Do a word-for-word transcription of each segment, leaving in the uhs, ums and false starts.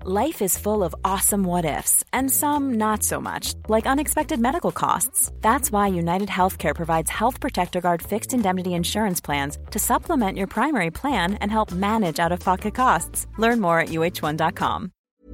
Life is full of awesome what-ifs, and some not so much, like unexpected medical costs. That's why United Healthcare provides Health Protector Guard fixed indemnity insurance plans to supplement your primary plan and help manage out-of-pocket costs. Learn more at U H one dot com.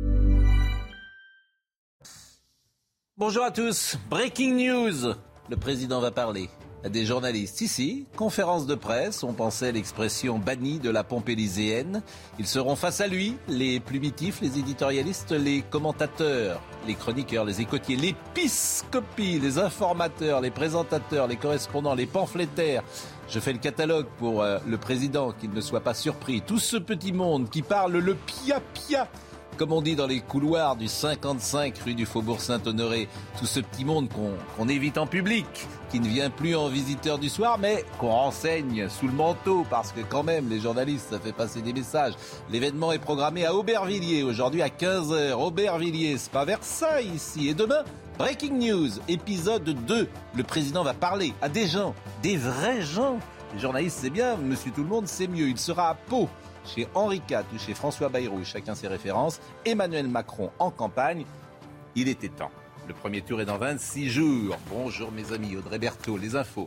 Bonjour à tous. Breaking news. Le président va parler à des journalistes. Ici, conférence de presse, on pensait l'expression bannie de la pompe élyséenne. Ils seront face à lui, les plumitifs, les éditorialistes, les commentateurs, les chroniqueurs, les écotiers, les piscopies, les informateurs, les présentateurs, les correspondants, les pamphlétaires. Je fais le catalogue pour euh, le président, qu'il ne soit pas surpris. Tout ce petit monde qui parle le pia-pia, comme on dit dans les couloirs du cinquante-cinq rue du Faubourg Saint-Honoré, tout ce petit monde qu'on, qu'on évite en public, qui ne vient plus en visiteur du soir, mais qu'on renseigne sous le manteau, parce que quand même, les journalistes, ça fait passer des messages. L'événement est programmé à Aubervilliers, aujourd'hui à quinze heures. Aubervilliers, c'est pas Versailles ici. Et demain, Breaking News, épisode deux. Le président va parler à des gens, des vrais gens. Les journalistes, c'est bien, monsieur tout le monde, c'est mieux. Il sera à Pau, chez Henri quatre ou chez François Bayrou, chacun ses références. Emmanuel Macron en campagne. Il était temps. Le premier tour est dans vingt-six jours. Bonjour mes amis, Audrey Berthaud, les infos.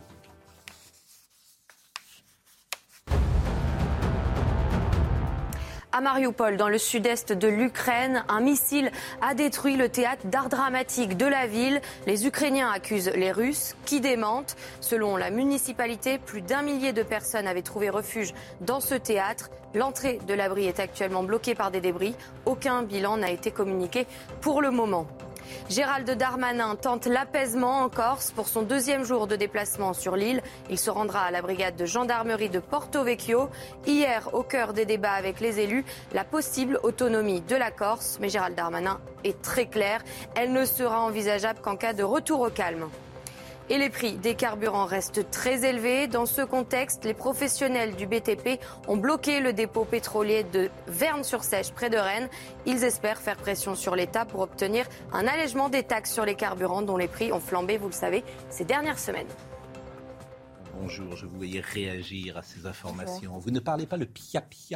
À Mariupol, dans le sud-est de l'Ukraine, un missile a détruit le théâtre d'art dramatique de la ville. Les Ukrainiens accusent les Russes, qui démentent. Selon la municipalité, plus d'un millier de personnes avaient trouvé refuge dans ce théâtre. L'entrée de l'abri est actuellement bloquée par des débris. Aucun bilan n'a été communiqué pour le moment. Gérald Darmanin tente l'apaisement en Corse pour son deuxième jour de déplacement sur l'île. Il se rendra à la brigade de gendarmerie de Porto Vecchio. Hier, au cœur des débats avec les élus, la possible autonomie de la Corse. Mais Gérald Darmanin est très clair, elle ne sera envisageable qu'en cas de retour au calme. Et les prix des carburants restent très élevés. Dans ce contexte, les professionnels du B T P ont bloqué le dépôt pétrolier de Verne-sur-Seiche, près de Rennes. Ils espèrent faire pression sur l'État pour obtenir un allègement des taxes sur les carburants dont les prix ont flambé, vous le savez, ces dernières semaines. Bonjour, je vous voyais réagir à ces informations. Vous ne parlez pas le pia-pia.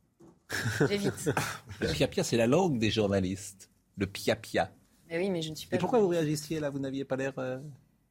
J'évite. Le pia-pia, c'est la langue des journalistes. Le pia-pia. Mais oui, mais je ne suis pas... Et pourquoi vous réagissiez là ? Vous n'aviez pas l'air... Euh...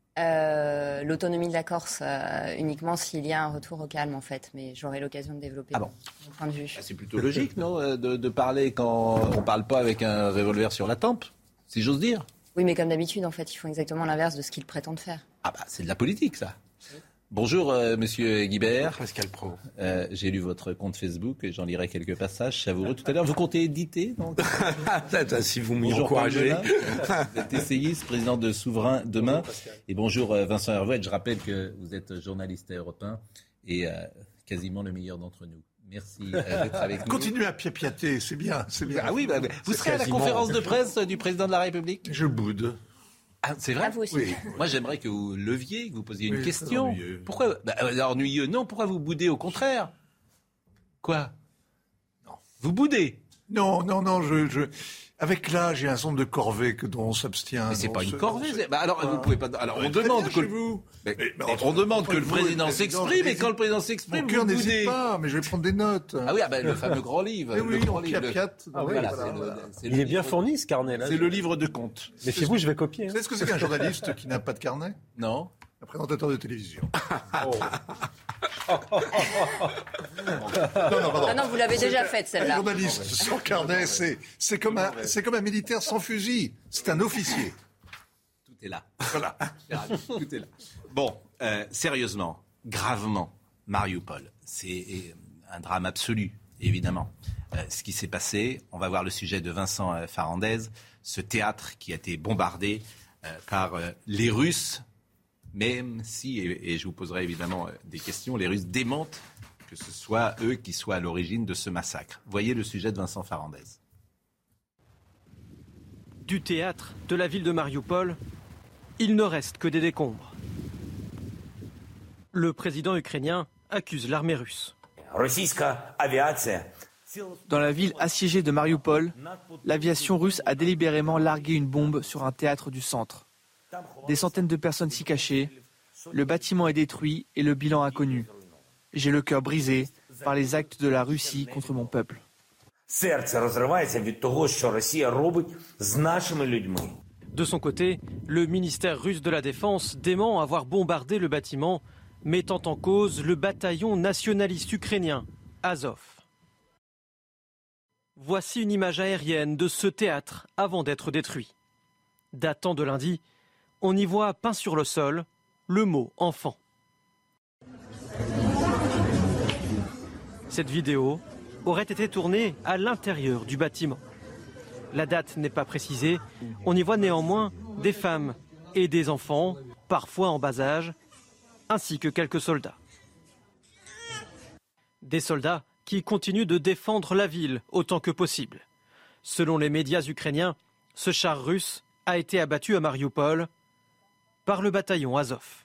Euh, l'autonomie de la Corse, euh, uniquement s'il y a un retour au calme, en fait. Mais j'aurai l'occasion de développer ah bon. mon point de vue. Ah, c'est plutôt logique, non, de, de parler quand on ne parle pas avec un revolver sur la tempe, si j'ose dire. Oui, mais comme d'habitude, en fait, ils font exactement l'inverse de ce qu'ils prétendent faire. Ah bah, c'est de la politique, ça. Oui. Bonjour, euh, monsieur Guibert. Pascal Pro. Euh, j'ai lu votre compte Facebook et j'en lirai quelques passages savoureux tout à l'heure. Vous comptez éditer, donc si vous m'y encouragez. Vous êtes essayiste, président de Souverain demain. Et bonjour, euh, Vincent Hervouet. Je rappelle que vous êtes journaliste à Europe un et euh, quasiment le meilleur d'entre nous. Merci euh, d'être avec nous. Continuez à piapiater, c'est bien, c'est bien. Ah oui, bah, vous serez à la conférence de presse du président de la République ? Je boude. Ah, c'est vrai ? Ah, vous aussi. Oui. Moi, j'aimerais que vous leviez, que vous posiez une oui, question. ennuyeux. Pourquoi bah, ennuyeux ? Non, pourquoi vous boudez ? Au contraire. Quoi ? Non. Vous boudez ? Non, non, non, je... je... Avec l'âge, il y a un certain nombre de corvées que, dont on s'abstient. Mais c'est pas une se... corvée. C'est... Bah alors, ah. vous pouvez pas. Alors, on demande que. Vous. Mais, mais, mais, on demande que le président, président s'exprime, et quand le président s'exprime, mon cœur vous boudez. n'hésite pas, mais je vais prendre des notes. Ah oui, ah ben, le fameux grand livre. Mais oui, le grand on livre. piapiate. Ah oui, voilà, voilà, c'est le, voilà. c'est Il le est bien livre... fourni, ce carnet-là. C'est le livre de comptes. Méfiez-vous, je vais copier. Vous savez ce que c'est qu'un journaliste qui n'a pas de carnet ? Non. Un présentateur de télévision. Oh. non, non, pardon. Ah non, vous l'avez déjà faite, celle-là. Un journaliste sans carnet, c'est, c'est, comme un, c'est comme un militaire sans fusil. C'est un officier. Tout est là. Voilà. Tout est là. Bon, euh, sérieusement, gravement, Mariupol, c'est un drame absolu, évidemment. Euh, ce qui s'est passé, on va voir le sujet de Vincent euh, Farandez, ce théâtre qui a été bombardé euh, par euh, les Russes, même si, et, et je vous poserai évidemment euh, des questions, les Russes démentent que ce soit eux qui soient à l'origine de ce massacre. Voyez le sujet de Vincent Farandez. Du théâtre de la ville de Mariupol, il ne reste que des décombres. Le président ukrainien accuse l'armée russe. Dans la ville assiégée de Mariupol, l'aviation russe a délibérément largué une bombe sur un théâtre du centre. Des centaines de personnes s'y cachaient, le bâtiment est détruit et le bilan inconnu. J'ai le cœur brisé par les actes de la Russie contre mon peuple. De son côté, le ministère russe de la Défense dément avoir bombardé le bâtiment, mettant en cause le bataillon nationaliste ukrainien, Azov. Voici une image aérienne de ce théâtre avant d'être détruit. Datant de lundi, on y voit peint sur le sol le mot « enfant ». Cette vidéo aurait été tournée à l'intérieur du bâtiment. La date n'est pas précisée. On y voit néanmoins des femmes et des enfants, parfois en bas âge, ainsi que quelques soldats. Des soldats qui continuent de défendre la ville autant que possible. Selon les médias ukrainiens, ce char russe a été abattu à Marioupol par le bataillon Azov.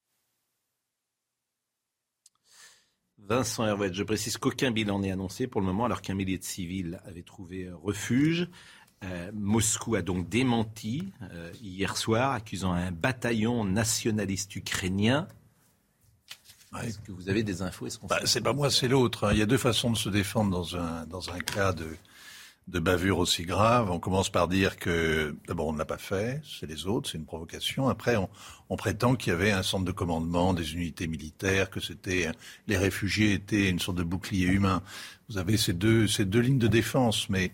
Vincent Hervouet, je précise qu'aucun bilan n'est annoncé pour le moment, alors qu'un millier de civils avaient trouvé refuge. Euh, Moscou a donc démenti euh, hier soir, accusant un bataillon nationaliste ukrainien. Ouais. Est-ce que vous avez des infos? Est-ce qu'on bah, c'est pas moi, c'est l'autre. Hein. Il y a deux façons de se défendre dans un, dans un cas de, de bavure aussi grave. On commence par dire que, d'abord, on ne l'a pas fait, c'est les autres, c'est une provocation. Après, on, on prétend qu'il y avait un centre de commandement, des unités militaires, que c'était les réfugiés étaient une sorte de bouclier humain. Vous avez ces deux, ces deux lignes de défense, mais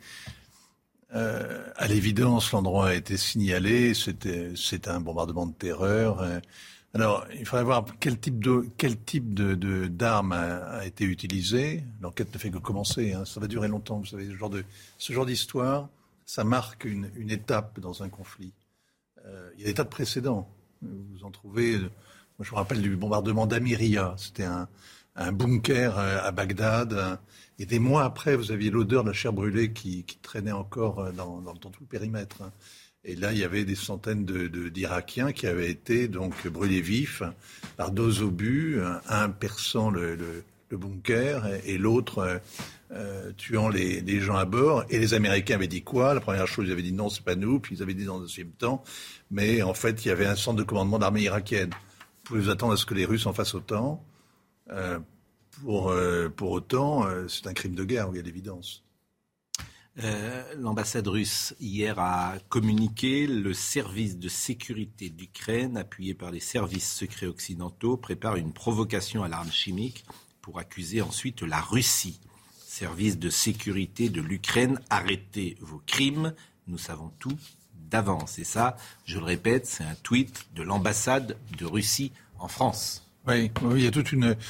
euh, à l'évidence, l'endroit a été signalé, c'était, c'est un bombardement de terreur. Euh, Alors, il faudrait voir quel type de quel type de, de d'armes a, a été utilisé. L'enquête ne fait que commencer. Hein. Ça va durer longtemps. Vous savez, ce genre de ce genre d'histoire, ça marque une, une étape dans un conflit. Euh, il y a des tas de précédents. Vous en trouvez. Moi, je me rappelle du bombardement d'Amiria. C'était un, un bunker à Bagdad. Et des mois après, vous aviez l'odeur de la chair brûlée qui, qui traînait encore dans, dans, dans tout le périmètre. Hein. Et là, il y avait des centaines de, de, d'Irakiens qui avaient été donc brûlés vifs par deux obus, un perçant le, le, le bunker et, et l'autre euh, tuant les, les gens à bord. Et les Américains avaient dit quoi? La première chose, ils avaient dit non, c'est pas nous. Puis ils avaient dit dans le deuxième temps, mais en fait, il y avait un centre de commandement d'armée irakienne. Vous pouvez vous attendre à ce que les Russes en fassent autant. Euh, pour, euh, pour autant, euh, c'est un crime de guerre, oui, à l'évidence. Euh, l'ambassade russe hier a communiqué. Le service de sécurité d'Ukraine, appuyé par les services secrets occidentaux, prépare une provocation à l'arme chimique pour accuser ensuite la Russie. Service de sécurité de l'Ukraine, arrêtez vos crimes, nous savons tout d'avance. Et ça, je le répète, c'est un tweet de l'ambassade de Russie en France. Oui, oui, il y a toute une...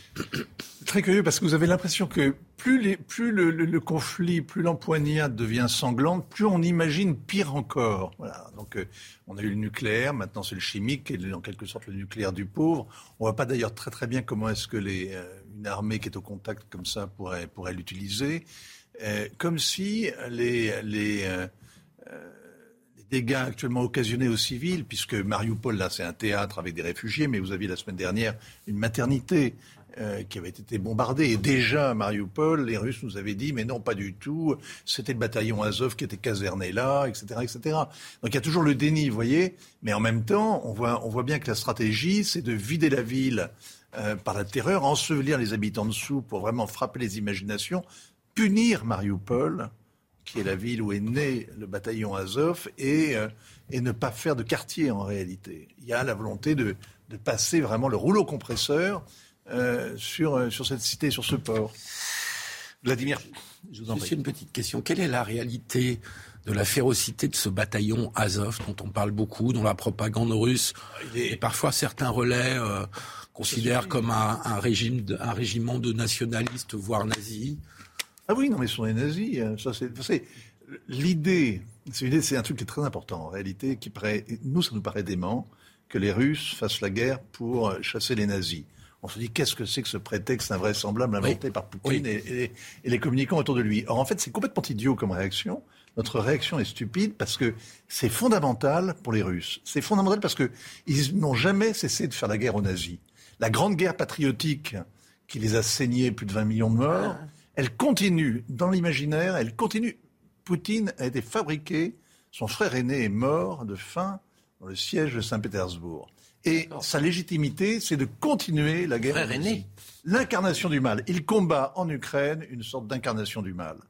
Très curieux parce que vous avez l'impression que plus, les, plus le, le, le conflit, plus l'empoignade devient sanglante, plus on imagine pire encore. Voilà. Donc euh, on a eu le nucléaire, maintenant c'est le chimique, et en quelque sorte le nucléaire du pauvre. On ne voit pas d'ailleurs très très bien comment est-ce que les, euh, une armée qui est au contact comme ça pourrait, pourrait l'utiliser. Euh, comme si les... les euh, euh, dégâts actuellement occasionnés aux civils, puisque Marioupol, là, c'est un théâtre avec des réfugiés, mais vous aviez la semaine dernière une maternité euh, qui avait été bombardée. Et déjà, à Marioupol, les Russes nous avaient dit, mais non, pas du tout, c'était le bataillon Azov qui était caserné là, et cetera, et cetera. Donc il y a toujours le déni, vous voyez, mais en même temps, on voit, on voit bien que la stratégie, c'est de vider la ville euh, par la terreur, ensevelir les habitants dessous pour vraiment frapper les imaginations, punir Marioupol, qui est la ville où est né le bataillon Azov, et, euh, et ne pas faire de quartier en réalité. Il y a la volonté de, de passer vraiment le rouleau compresseur euh, sur, euh, sur cette cité, sur ce port. Vladimir, je vous en prie. Juste une petite question. Quelle est la réalité de la férocité de ce bataillon Azov dont on parle beaucoup, dont la propagande russe est... et parfois certains relais euh, considèrent comme un, un, régime de, un régiment de nationalistes, voire nazis? Ah oui, non, mais ce sont les nazis. Ça, c'est, c'est, l'idée, c'est, une idée, c'est un truc qui est très important en réalité. Qui paraît, nous, ça nous paraît dément que les Russes fassent la guerre pour chasser les nazis. On se dit, qu'est-ce que c'est que ce prétexte invraisemblable inventé oui. par Poutine oui. et, et, et les communicants autour de lui? Or, en fait, c'est complètement idiot comme réaction. Notre réaction est stupide parce que c'est fondamental pour les Russes. C'est fondamental parce qu'ils n'ont jamais cessé de faire la guerre aux nazis. La grande guerre patriotique qui les a saignés plus de vingt millions de morts... Ah. Elle continue dans l'imaginaire, elle continue. Poutine a été fabriqué, son frère aîné est mort de faim dans le siège de Saint-Pétersbourg. Et oh. sa légitimité, c'est de continuer la guerre. Frère aîné. L'incarnation du mal. Il combat en Ukraine une sorte d'incarnation du mal.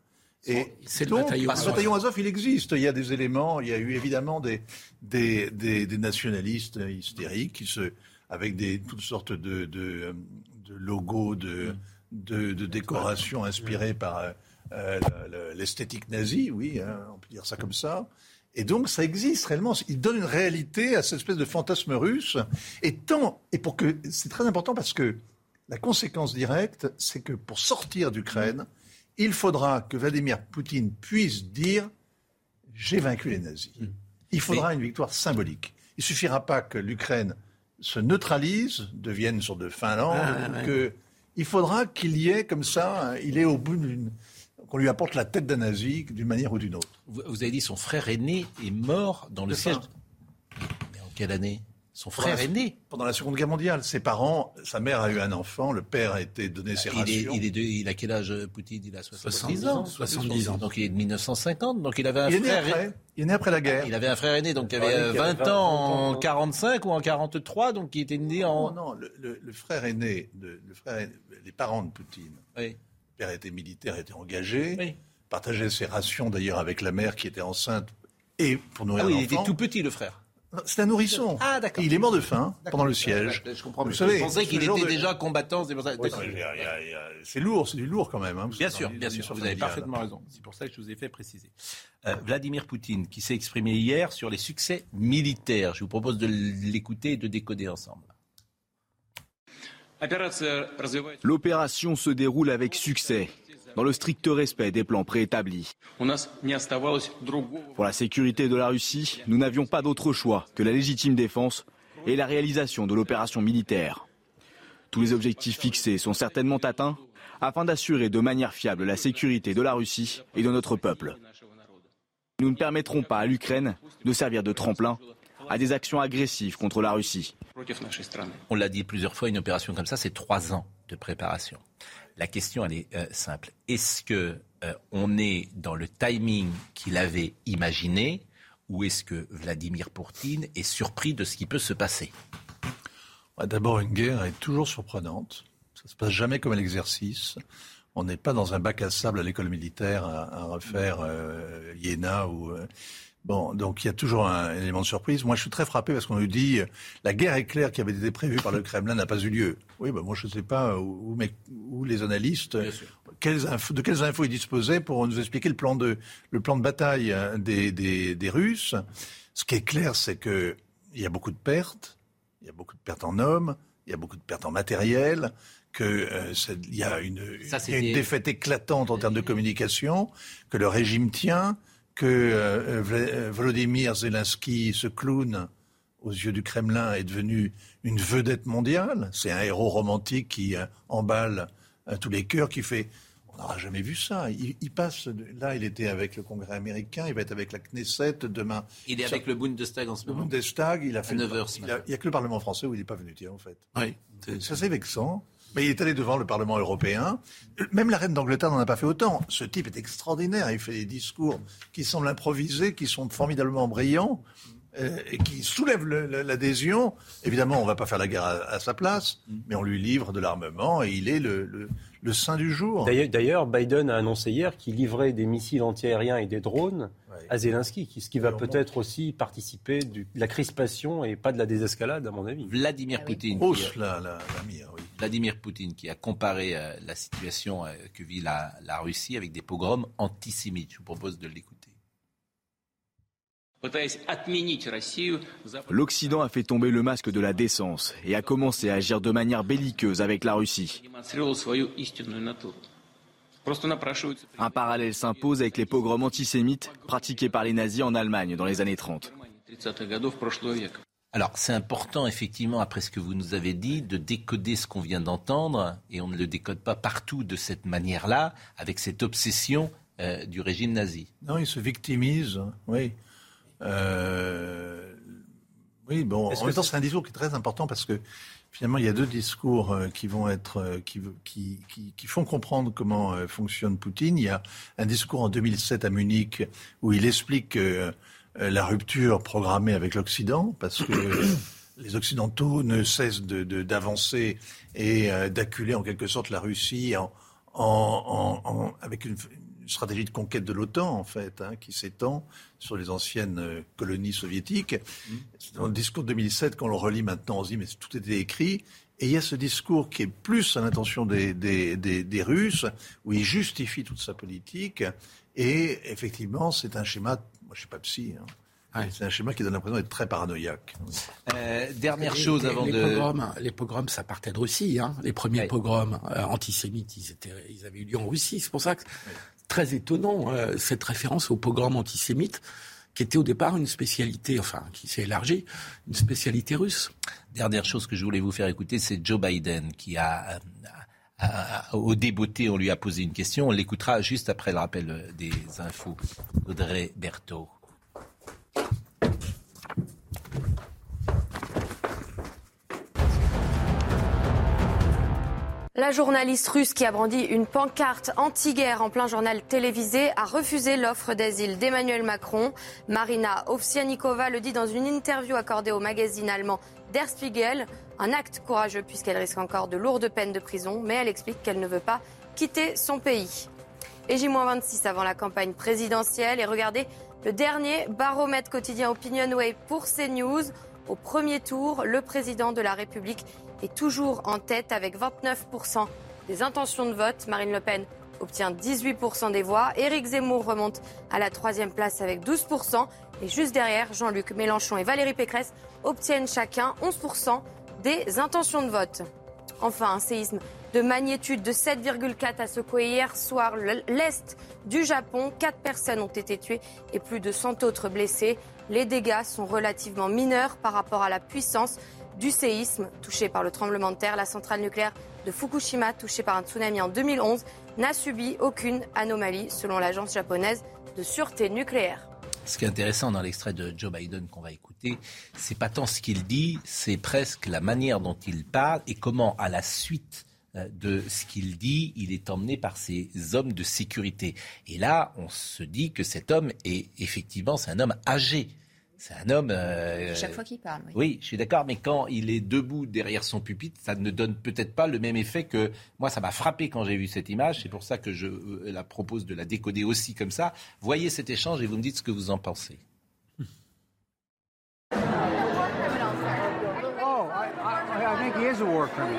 Et c'est donc, le bataillon, le bataillon Azov, il existe. Il y a des éléments. Il y a eu évidemment des, des, des, des nationalistes hystériques qui se, avec des, toutes sortes de, de, de logos, de, de, de décorations inspirées par euh, l'esthétique nazie, oui, hein, on peut dire ça comme ça. Et donc, ça existe réellement. Il donne une réalité à cette espèce de fantasme russe. Et tant, et pour que, c'est très important parce que la conséquence directe, c'est que pour sortir d'Ukraine, il faudra que Vladimir Poutine puisse dire « j'ai vaincu les nazis ». Il faudra une victoire symbolique. Il ne suffira pas que l'Ukraine se neutralise, devienne une sorte de Finlande. Ah, ouais. que, il faudra qu'il y ait comme ça, il est au bout d'une... qu'on lui apporte la tête d'un nazi d'une manière ou d'une autre. Vous, vous avez dit son frère aîné est mort dans le de siège. Fin. Mais en quelle année ? Son frère aîné. Pendant la Seconde Guerre mondiale. Ses parents, sa mère a eu un enfant, le père a été donné ses il rations. Est, il, est de, il a quel âge, Poutine ? Il a soixante-dix ans. soixante-dix ans. Donc il est de mille neuf cent cinquante. Donc il avait un il frère. Est né après. Il est né après la guerre. Il avait un frère aîné, donc il avait vingt ans en quarante-cinq ou en quarante-trois, donc il était né en. Non, non, le, le, le frère aîné, de, le frère aîné, les parents de Poutine. Oui. Le père était militaire, était engagé. Oui. Partageait ses rations d'ailleurs avec la mère qui était enceinte et pour nourrir ah oui, l'enfant. Il était tout petit, le frère. C'est un nourrisson. Ah, d'accord. Il est mort de faim d'accord. pendant le siège. Je comprends. Vous Vous savez, savez, je pensais qu'il était de... déjà combattant. C'est, pour ça... ouais, non, y a, y a, y a... c'est lourd, c'est du lourd quand même. Hein, bien sûr, bien sûr. Vous avez parfaitement raison. C'est pour ça que je vous ai fait préciser. Euh, Vladimir Poutine, qui s'est exprimé hier sur les succès militaires. Je vous propose de l'écouter et de décoder ensemble. L'opération se déroule avec succès, dans le strict respect des plans préétablis. Pour la sécurité de la Russie, nous n'avions pas d'autre choix que la légitime défense et la réalisation de l'opération militaire. Tous les objectifs fixés sont certainement atteints afin d'assurer de manière fiable la sécurité de la Russie et de notre peuple. Nous ne permettrons pas à l'Ukraine de servir de tremplin à des actions agressives contre la Russie. On l'a dit plusieurs fois, une opération comme ça, c'est trois ans de préparation. La question, elle est euh, simple. Est-ce que euh, on est dans le timing qu'il avait imaginé, ou est-ce que Vladimir Poutine est surpris de ce qui peut se passer ? D'abord, une guerre est toujours surprenante. Ça ne se passe jamais comme à l'exercice. On n'est pas dans un bac à sable à l'école militaire à, à refaire euh, Iéna ou... Euh, Bon, donc il y a toujours un élément de surprise. Moi, je suis très frappé parce qu'on nous dit euh, la guerre éclair qui avait été prévue par le Kremlin n'a pas eu lieu. Oui, ben moi je ne sais pas où, mais, où les analystes, quelles infos, de quelles infos ils disposaient pour nous expliquer le plan de le plan de bataille des, des, des Russes. Ce qui est clair, c'est que il y a beaucoup de pertes, il y a beaucoup de pertes en hommes, il y a beaucoup de pertes en matériel. Que euh, il y a une, Ça, il y a une défaite éclatante en termes de communication, que le régime tient. Que euh, Volodymyr Zelensky, ce clown aux yeux du Kremlin, est devenu une vedette mondiale. C'est un héros romantique qui euh, emballe euh, tous les cœurs, qui fait... On n'aura jamais vu ça. Il, il passe... Là, il était avec le Congrès américain, il va être avec la Knesset demain. Il est ça, avec le Bundestag en ce moment. Le Bundestag, il a fait... À neuf heures ce matin. Il n'y a, a que le Parlement français où il n'est pas venu, tiens, en fait. Oui. C'est, ça, c'est vexant. Mais il est allé devant le Parlement européen. Même la reine d'Angleterre n'en a pas fait autant. Ce type est extraordinaire. Il fait des discours qui semblent improvisés, qui sont formidablement brillants, euh, et qui soulèvent le, le, l'adhésion. Évidemment, on ne va pas faire la guerre à, à sa place, mais on lui livre de l'armement et il est le, le, le saint du jour. D'ailleurs, d'ailleurs, Biden a annoncé hier qu'il livrait des missiles antiaériens et des drones ouais. à Zelensky, ce qui va oui, peut-être aussi participer du, de la crispation et pas de la désescalade, à mon avis. Vladimir ah oui. Poutine. Hausse la, la, la mire, oui. Vladimir Poutine qui a comparé euh, la situation euh, que vit la, la Russie avec des pogroms antisémites. Je vous propose de l'écouter. L'Occident a fait tomber le masque de la décence et a commencé à agir de manière belliqueuse avec la Russie. Un parallèle s'impose avec les pogroms antisémites pratiqués par les nazis en Allemagne dans les années trente. Alors, c'est important, effectivement, après ce que vous nous avez dit, de décoder ce qu'on vient d'entendre, et on ne le décode pas partout de cette manière-là, avec cette obsession euh, du régime nazi. Non, il se victimise, oui. Euh, oui, bon, Est-ce en même temps, c'est... c'est un discours qui est très important parce que finalement, il y a deux discours euh, qui vont être, euh, qui, qui, qui, qui font comprendre comment euh, fonctionne Poutine. Il y a un discours en deux mille sept à Munich où il explique euh, euh, la rupture programmée avec l'Occident parce que les Occidentaux ne cessent de, de, d'avancer et euh, d'acculer en quelque sorte la Russie en, en, en, en, avec une une stratégie de conquête de l'OTAN, en fait, hein, qui s'étend sur les anciennes euh, colonies soviétiques. Mmh. Dans le discours de deux mille sept, quand on le relit maintenant, on se dit, mais tout était écrit. Et il y a ce discours qui est plus à l'intention des, des, des, des Russes, où il justifie toute sa politique. Et effectivement, c'est un schéma, moi je ne suis pas psy, hein. Ouais. C'est un schéma qui donne l'impression d'être très paranoïaque. Euh, dernière les, chose les, avant les de... Pogroms, les pogroms, ça partait de Russie. Hein. Les premiers ouais. pogroms euh, antisémites, ils, étaient, ils avaient eu lieu en Russie. C'est pour ça que c'est ouais. très étonnant, euh, cette référence aux pogroms antisémites, qui était au départ une spécialité, enfin, qui s'est élargie, une spécialité russe. Dernière chose que je voulais vous faire écouter, c'est Joe Biden qui a... a au débeauté, on lui a posé une question. On l'écoutera juste après le rappel des infos. Audrey Berthaud. La journaliste russe qui a brandi une pancarte anti-guerre en plein journal télévisé a refusé l'offre d'asile d'Emmanuel Macron. Marina Ovsianikova le dit dans une interview accordée au magazine allemand Der Spiegel. Un acte courageux puisqu'elle risque encore de lourdes peines de prison, mais elle explique qu'elle ne veut pas quitter son pays. Et J vingt-six avant la campagne présidentielle. Et regardez le dernier baromètre quotidien OpinionWay pour CNews. Au premier tour, le président de la République est toujours en tête avec vingt-neuf pour cent des intentions de vote. Marine Le Pen obtient dix-huit pour cent des voix. Éric Zemmour remonte à la troisième place avec douze pour cent. Et juste derrière, Jean-Luc Mélenchon et Valérie Pécresse obtiennent chacun onze pour cent des intentions de vote. Enfin, un séisme de magnitude de sept virgule quatre a secoué hier soir l'est du Japon. Quatre personnes ont été tuées et plus de cent autres blessées. Les dégâts sont relativement mineurs par rapport à la puissance du séisme touché par le tremblement de terre. La centrale nucléaire de Fukushima, touchée par un tsunami en deux mille onze, n'a subi aucune anomalie selon l'agence japonaise de sûreté nucléaire. Ce qui est intéressant dans l'extrait de Joe Biden qu'on va écouter, c'est pas tant ce qu'il dit, c'est presque la manière dont il parle et comment, à la suite de ce qu'il dit, il est emmené par ces hommes de sécurité. Et là, on se dit que cet homme est effectivement, c'est un homme âgé. C'est un homme... Euh, Chaque fois qu'il parle, oui. Oui, je suis d'accord, mais quand il est debout derrière son pupitre, ça ne donne peut-être pas le même effet que... Moi, ça m'a frappé quand j'ai vu cette image. C'est pour ça que je euh, la propose de la décoder aussi comme ça. Voyez cet échange et vous me dites ce que vous en pensez. Oh, I, I, I think he is a war criminal.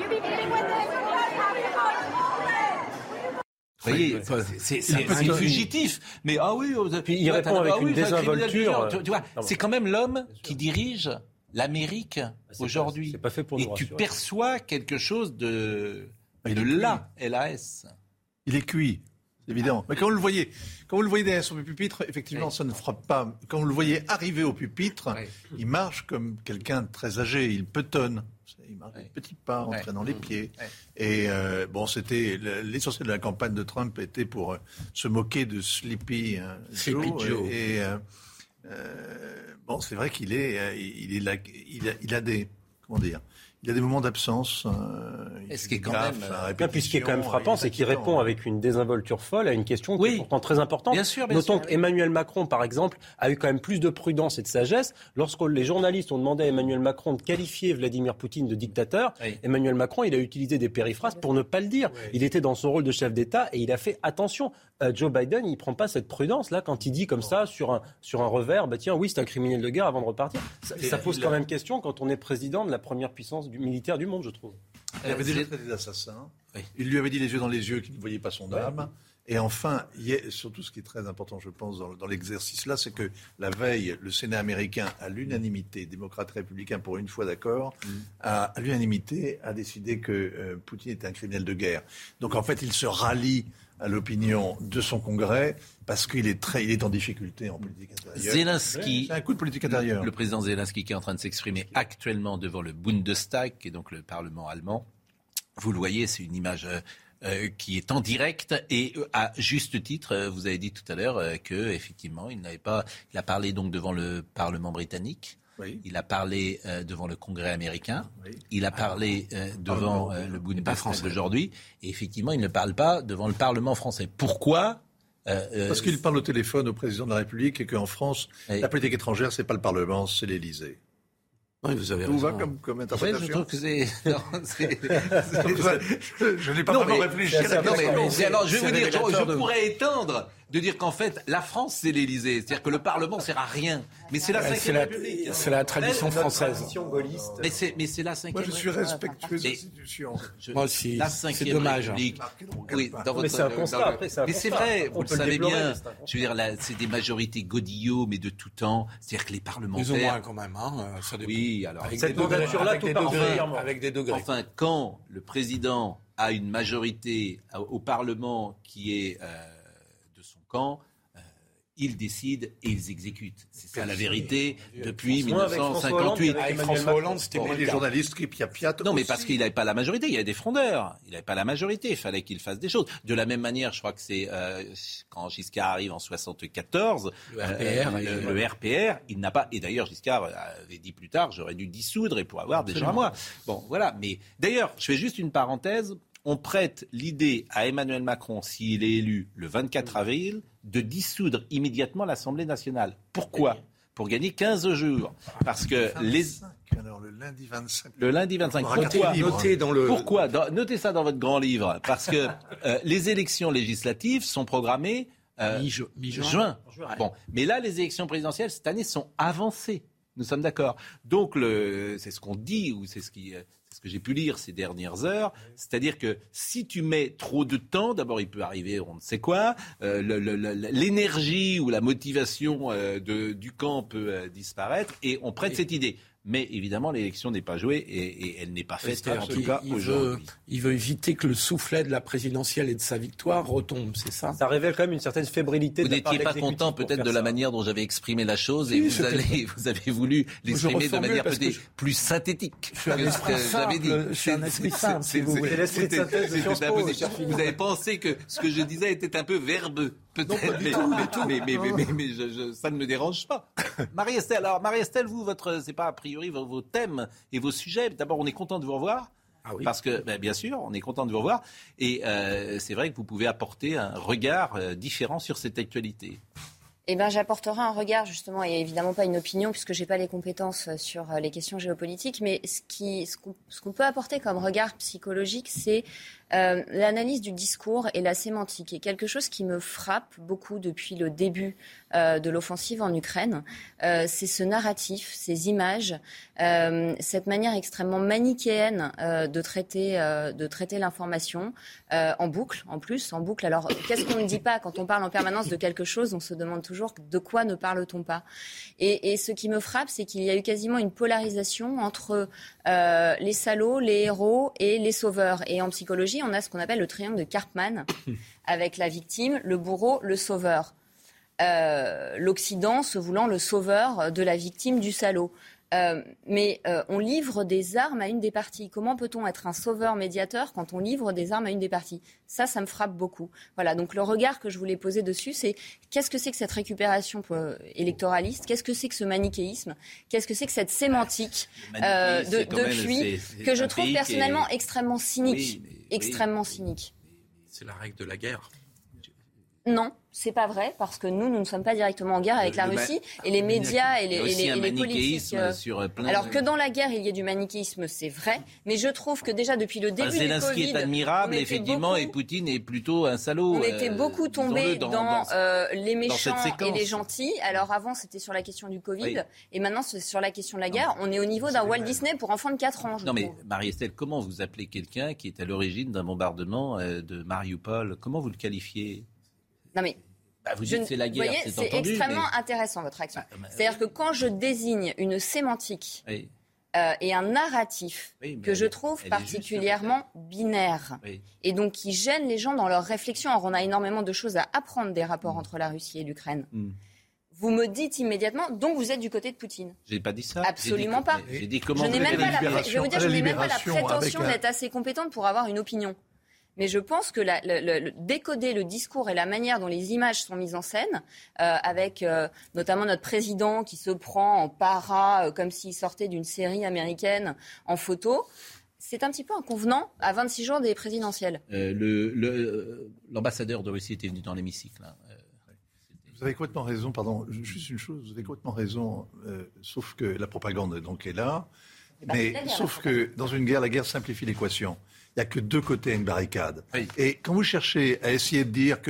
Vous voyez, c'est, c'est, c'est un fugitif. Mais ah oui, puis il répond avec ah oui, une désinvolture. Tu, tu vois, c'est quand même l'homme qui dirige l'Amérique c'est aujourd'hui. Pas, c'est pas fait pour nous. Et tu perçois quelque chose de, de là, L A S. Il est cuit, c'est évident. Mais quand vous le voyez, quand vous le voyez derrière son pupitre, effectivement, oui. ça ne frappe pas. Quand vous le voyez arriver au pupitre, oui. il marche comme quelqu'un de très âgé. Il petonne. Il marche ouais. des petits pas, en ouais. traînant les pieds. Ouais. Et euh, bon, c'était l'essentiel de la campagne de Trump était pour euh, se moquer de Sleepy hein, Joe. Joe. Et, et euh, euh, bon, c'est vrai qu'il est, euh, il est là, il a, il a des, comment dire, il a des moments d'absence. Euh, ce qui est quand même, euh, puis ce qui est quand même frappant, c'est qu'il répond avec une désinvolture folle à une question oui. qui est pourtant très importante. Bien sûr, bien Notons sûr, qu'Emmanuel Macron, par exemple, a eu quand même plus de prudence et de sagesse lorsque les journalistes ont demandé à Emmanuel Macron de qualifier Vladimir Poutine de dictateur. Oui. Emmanuel Macron, il a utilisé des périphrases pour ne pas le dire. Oui. Il était dans son rôle de chef d'État et il a fait attention. Euh, Joe Biden, il prend pas cette prudence là quand il dit comme ça sur un sur un revers, bah tiens, oui, c'est un criminel de guerre avant de repartir. Ça, ça pose quand même question quand on est président de la première puissance du militaire du monde, je trouve. Il avait déjà traité d'assassin. Oui. Il lui avait dit les yeux dans les yeux qu'il ne voyait pas son âme. Oui. Et enfin, il y a, surtout ce qui est très important, je pense, dans, dans l'exercice-là, c'est que la veille, le Sénat américain, à l'unanimité, démocrates républicains pour une fois d'accord, mm. à, à l'unanimité, a décidé que euh, Poutine était un criminel de guerre. Donc en fait, il se rallie à l'opinion de son Congrès parce qu'il est très, il est en difficulté en politique intérieure. Zelensky, c'est un coup de politique intérieure. Le, le président Zelensky qui est en train de s'exprimer actuellement devant le Bundestag, qui est donc le Parlement allemand. Vous le voyez, c'est une image euh, qui est en direct et euh, à juste titre. Euh, vous avez dit tout à l'heure euh, que effectivement, il n'avait pas. Il a parlé donc devant le Parlement britannique. Oui. Il a parlé euh, devant le Congrès américain, oui. il a parlé euh, devant euh, le Bundestag d'aujourd'hui, et effectivement, il ne parle pas devant le Parlement français. Pourquoi ? euh, Parce qu'il parle au téléphone au président de la République et qu'en France, oui. la politique étrangère, c'est pas le Parlement, c'est l'Élysée. Oui, vous avez Tout raison. va comme, comme interprétation. Ouais, je trouve que c'est... Non, c'est... je, je n'ai pas non, vraiment réfléchi à la question. Alors, je vais vous dire, je, je pourrais étendre de dire qu'en fait, la France, c'est l'Élysée. C'est-à-dire que le Parlement ne sert à rien. Mais c'est la Ouais, cinquième c'est la- République. c'est la tradition française. Tradition gaulliste. Mais c'est, mais c'est la cinquième Moi, je suis République. respectueux des Mais- institutions. Je- Moi aussi. La C'est cinquième dommage. République. Marqué dans mon Oui, calepin. dans votre, Mais c'est un dans constat, le- après, c'est un mais c'est constat. vrai, On vous le peut le savez déplorer, bien. mais c'est un constat. Je veux dire, là, c'est des majorités godillots, mais de tout temps. C'est-à-dire que les Plus ou parlementaires. moins quand même. Hein. Ça dépend. Oui, alors. Avec Cette des degrés, mandature-là, avec tout des degrés, particulièrement. avec des degrés. Enfin, quand le président a une majorité au Parlement qui est euh, de son camp, euh, ils décident et ils exécutent. C'est ça la vérité depuis Moins avec dix-neuf cent François Hollande cinquante-huit. qu'avec Avec Emmanuel François Macron. Hollande, c'était Bon, moins et le les cas. journalistes qui piapiatent Non, mais aussi. parce qu'il n'avait pas la majorité, il y avait des frondeurs. Il n'avait pas la majorité, il fallait qu'il fasse des choses. De la même manière, je crois que c'est euh, quand Giscard arrive en soixante-quatorze, Le R P R, euh, et- le, le R P R, il n'a pas. Et d'ailleurs, Giscard avait dit plus tard, j'aurais dû dissoudre et pour avoir des gens à moi. Bon, voilà. Mais d'ailleurs, je fais juste une parenthèse. On prête l'idée à Emmanuel Macron, s'il est élu le vingt-quatre avril, de dissoudre immédiatement l'Assemblée nationale. Pourquoi ? Pour gagner quinze jours. Parce que les... vingt-cinq, alors, le lundi vingt-cinq. Le lundi vingt-cinq. On aura Pourquoi carte libre. Notez dans le. Pourquoi Dans- Notez ça dans votre grand livre. Parce que euh, les élections législatives sont programmées euh, Mi-ju- mi-juin. juin. Juin. Bon, mais là, les élections présidentielles cette année sont avancées. Nous sommes d'accord. Donc, le, c'est ce qu'on dit, ou c'est ce, qui, euh, c'est ce que j'ai pu lire ces dernières heures. C'est-à-dire que si tu mets trop de temps, d'abord, il peut arriver on ne sait quoi, euh, le- le- le- l'énergie ou la motivation euh, de, du camp peut euh, disparaître, et on prête cette idée. Mais évidemment, l'élection n'est pas jouée et, et elle n'est pas faite, C'est-à-dire en tout qu'il- cas il veut, aujourd'hui. il veut éviter que le soufflet de la présidentielle et de sa victoire retombe, c'est ça? Ça révèle quand même une certaine fébrilité. Vous de la part n'étiez pas l'exécutif content pour peut-être faire de la ça. manière dont j'avais exprimé la chose, Si, et vous, c'était- allez, vous avez voulu l'exprimer de reformule manière parce que peut-être je- plus synthétique. Je suis un que ce esprit que j'avais dit. simple, je suis un C'est- esprit c'est- simple, c'est- si vous c'est- voulez. C'est l'esprit de c'était- synthèse de c'était Sciences un Po, peu- cher Philippe. Vous avez pensé que ce que je disais était un peu verbeux, peut-être, mais, mais, mais, mais, mais, mais je- je- ça ne me dérange pas. Marie-Estelle, alors Marie-Estelle, vous, votre, c'est pas a priori vos, vos thèmes et vos sujets. D'abord, on est content de vous revoir. Ah oui. Parce que, ben, bien sûr, on est content de vous revoir. Et euh, c'est vrai que vous pouvez apporter un regard euh, différent sur cette actualité. Eh ben, j'apporterai un regard, justement, et évidemment pas une opinion, puisque j'ai pas les compétences sur les questions géopolitiques. Mais ce, qui, ce, qu'on, ce qu'on peut apporter comme regard psychologique, c'est euh, l'analyse du discours et la sémantique. Et quelque chose qui me frappe beaucoup depuis le début euh, de l'offensive en Ukraine, euh, c'est ce narratif, ces images, euh, cette manière extrêmement manichéenne euh, de traiter, euh, de traiter l'information euh, en boucle, en plus, en boucle. Alors, qu'est-ce qu'on ne dit pas quand on parle en permanence de quelque chose? On se demande toujours de quoi ne parle-t-on pas. Et, et ce qui me frappe, c'est qu'il y a eu quasiment une polarisation entre euh, les salauds, les héros et les sauveurs. Et en psychologie, on a ce qu'on appelle le triangle de Karpman, avec la victime, le bourreau, le sauveur. Euh, L'Occident se voulant le sauveur de la victime du salaud. Euh, mais euh, on livre des armes à une des parties. Comment peut-on être un sauveur-médiateur quand on livre des armes à une des parties? Ça, ça me frappe beaucoup. Voilà, donc le regard que je voulais poser dessus, c'est qu'est-ce que c'est que cette récupération euh, électoraliste? Qu'est-ce que c'est que ce manichéisme? Qu'est-ce que c'est que cette sémantique euh, de, depuis que je trouve personnellement est... extrêmement cynique, oui, mais, extrêmement oui. cynique. C'est la règle de la guerre. Non, c'est pas vrai, parce que nous, nous ne sommes pas directement en guerre avec le, la le Russie, ma... et les médias et les, et les, et les politiques. Euh... Sur plein Alors de... que dans la guerre, il y a du manichéisme, c'est vrai, mais je trouve que déjà depuis le début enfin, du Zelensky Covid... est admirable, effectivement, beaucoup... et Poutine est plutôt un salaud. On était beaucoup tombés dans, dans, dans euh, les méchants et les gentils. Alors avant, c'était sur la question du Covid, oui. et maintenant, c'est sur la question de la guerre. Non, on est au niveau d'un Walt Disney pour enfants de quatre ans, je Non trouve. mais, Marie-Estelle, comment vous appelez quelqu'un qui est à l'origine d'un bombardement euh, de Mariupol? Comment vous le qualifiez? Non mais... Bah, vous dites que c'est la guerre, voyez, c'est, c'est entendu, extrêmement mais... intéressant votre action. Bah, bah, C'est-à-dire oui. que quand je désigne une sémantique oui. euh, et un narratif oui, que elle, je trouve particulièrement juste, binaire oui. et donc qui gêne les gens dans leur réflexion, alors on a énormément de choses à apprendre des rapports mmh. entre la Russie et l'Ukraine. Mmh. Vous me dites immédiatement, donc vous êtes du côté de Poutine. J'ai pas dit ça. Absolument dit, pas. J'ai dit comment je n'ai même pas la, je vais vous dire, je n'ai même pas la prétention un... d'être assez compétente pour avoir une opinion. Mais je pense que la, le, le, décoder le discours et la manière dont les images sont mises en scène, euh, avec euh, notamment notre président qui se prend en para euh, comme s'il sortait d'une série américaine en photo, c'est un petit peu inconvenant à vingt-six jours des présidentielles. Euh, le, le, euh, l'ambassadeur de Russie était venu dans l'hémicycle. Hein. Euh, vous avez complètement raison, pardon, juste une chose, vous avez complètement raison, euh, sauf que la propagande donc est là, c'est mais guerre, sauf que dans une guerre, la guerre simplifie l'équation. Il n'y a que deux côtés à une barricade. Oui. Et quand vous cherchez à essayer de dire que